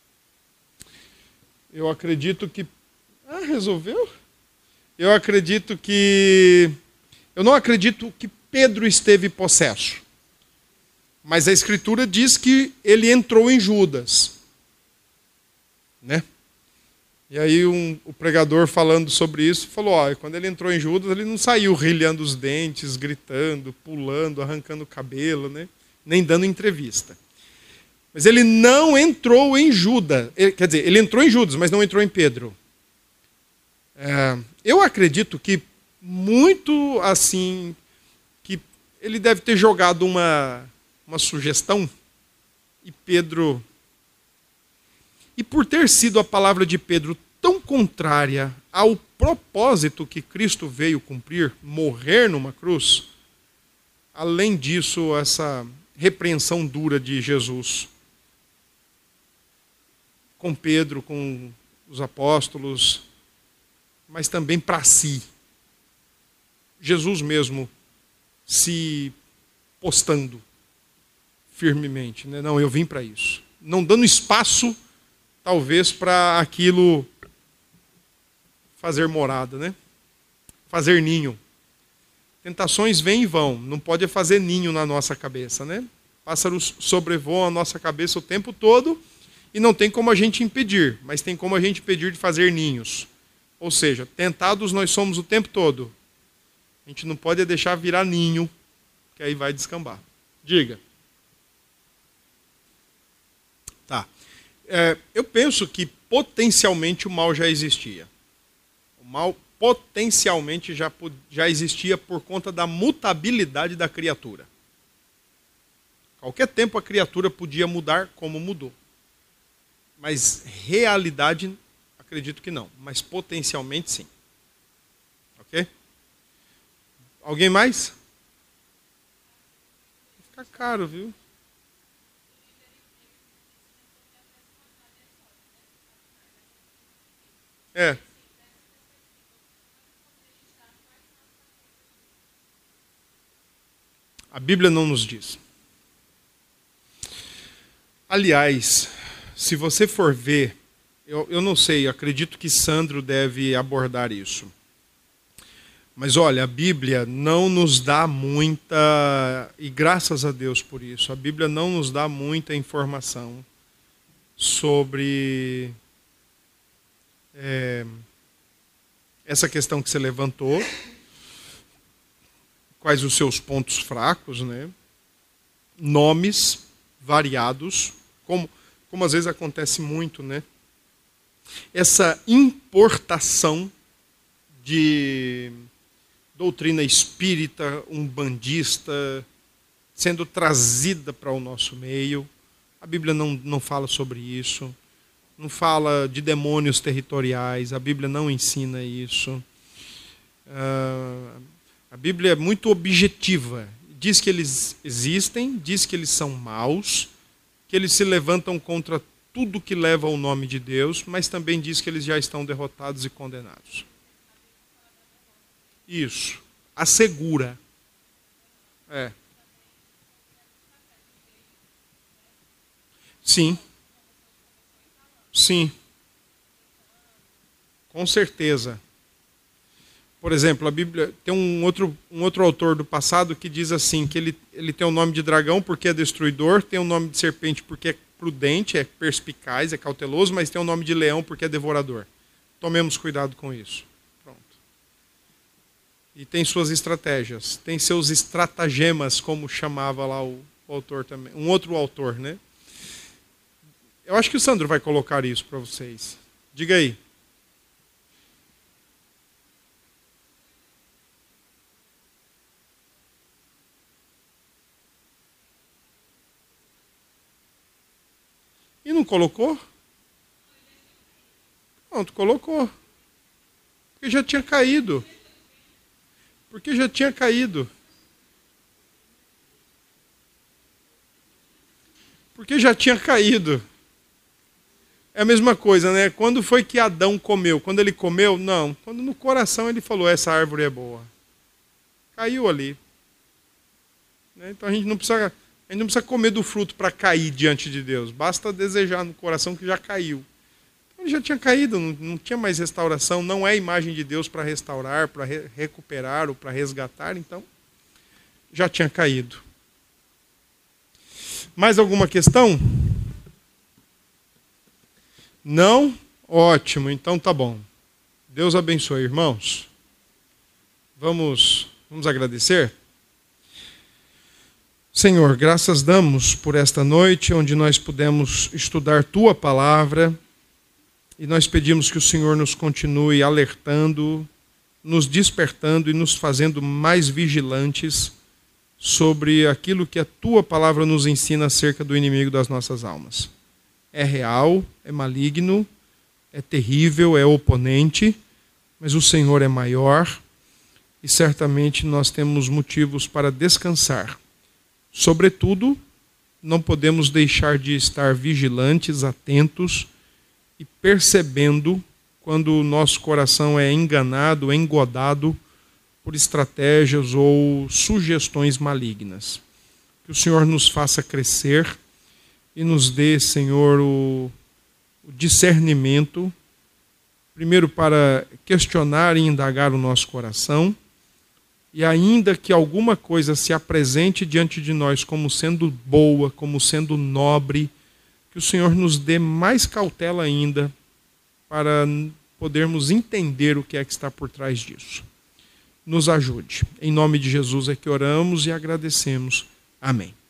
A: Eu acredito que... Ah, resolveu? Eu acredito que... Eu não acredito que Pedro esteve possesso. Mas a Escritura diz que ele entrou em Judas. Né? E aí um, o pregador falando sobre isso, falou, ó, quando ele entrou em Judas, ele não saiu rilhando os dentes, gritando, pulando, arrancando o cabelo, né? Nem dando entrevista. Mas ele não entrou em Judas. Ele, quer dizer, ele entrou em Judas, mas não entrou em Pedro. É, eu acredito que muito assim, que ele deve ter jogado uma, uma sugestão e Pedro... E por ter sido a palavra de Pedro tão contrária ao propósito que Cristo veio cumprir, morrer numa cruz, além disso, essa repreensão dura de Jesus com Pedro, com os apóstolos, mas também para si. Jesus mesmo se postando firmemente, né? Não, eu vim para isso. Não dando espaço, talvez, para aquilo fazer morada, né? Fazer ninho. Tentações vêm e vão, não pode fazer ninho na nossa cabeça, né? Pássaros sobrevoam a nossa cabeça o tempo todo e não tem como a gente impedir, mas tem como a gente impedir de fazer ninhos. Ou seja, tentados nós somos o tempo todo. A gente não pode deixar virar ninho, que aí vai descambar. Diga. Tá. É, eu penso que potencialmente o mal já existia. O mal potencialmente já, já existia por conta da mutabilidade da criatura. Qualquer tempo a criatura podia mudar como mudou. Mas realidade, acredito que não. Mas potencialmente sim. Ok? Alguém mais? Vai ficar caro, viu? É. Bíblia não nos diz. Aliás, se você for ver, eu, eu não sei, acredito que Sandro deve abordar isso. Mas olha, a Bíblia não nos dá muita, e graças a Deus por isso, a Bíblia não nos dá muita informação sobre é, essa questão que você levantou, quais os seus pontos fracos, né? Nomes variados, como, como às vezes acontece muito, né? Essa importação de doutrina espírita, umbandista, sendo trazida para o nosso meio. A Bíblia não, não fala sobre isso. Não fala de demônios territoriais. A Bíblia não ensina isso. Uh, a Bíblia é muito objetiva. Diz que eles existem, diz que eles são maus, que eles se levantam contra tudo que leva ao nome de Deus, mas também diz que eles já estão derrotados e condenados. Isso. Assegura. É. Sim. Sim. Com certeza. Por exemplo, a Bíblia tem um outro, um outro autor do passado que diz assim, que ele, ele tem o nome de dragão porque é destruidor, tem o nome de serpente porque é prudente, é perspicaz, é cauteloso, mas tem o nome de leão porque é devorador. Tomemos cuidado com isso. Pronto. E tem suas estratégias, tem seus estratagemas, como chamava lá o, o autor também. Um outro autor, né? Eu acho que o Sandro vai colocar isso para vocês. Diga aí. E não colocou? Pronto, colocou. Porque já tinha caído. Porque já tinha caído. Porque já tinha caído. É a mesma coisa, né? Quando foi que Adão comeu? Quando ele comeu? Não. Quando no coração ele falou, essa árvore é boa. Caiu ali. Então a gente não precisa... A gente não precisa comer do fruto para cair diante de Deus. Basta desejar no coração que já caiu. Então, ele já tinha caído, não, não tinha mais restauração. Não é a imagem de Deus para restaurar, para re recuperar ou para resgatar. Então, já tinha caído. Mais alguma questão? Não? Ótimo, então tá bom. Deus abençoe, irmãos. Vamos, vamos agradecer? Senhor, graças damos por esta noite, onde nós pudemos estudar Tua Palavra, e nós pedimos que o Senhor nos continue alertando, nos despertando e nos fazendo mais vigilantes sobre aquilo que a Tua Palavra nos ensina acerca do inimigo das nossas almas. É real, é maligno, é terrível, é oponente, mas o Senhor é maior e certamente nós temos motivos para descansar. Sobretudo, não podemos deixar de estar vigilantes, atentos e percebendo quando o nosso coração é enganado, engodado por estratégias ou sugestões malignas. Que o Senhor nos faça crescer e nos dê, Senhor, o, o discernimento, primeiro para questionar e indagar o nosso coração, e ainda que alguma coisa se apresente diante de nós como sendo boa, como sendo nobre, que o Senhor nos dê mais cautela ainda para podermos entender o que é que está por trás disso. Nos ajude. Em nome de Jesus é que oramos e agradecemos. Amém.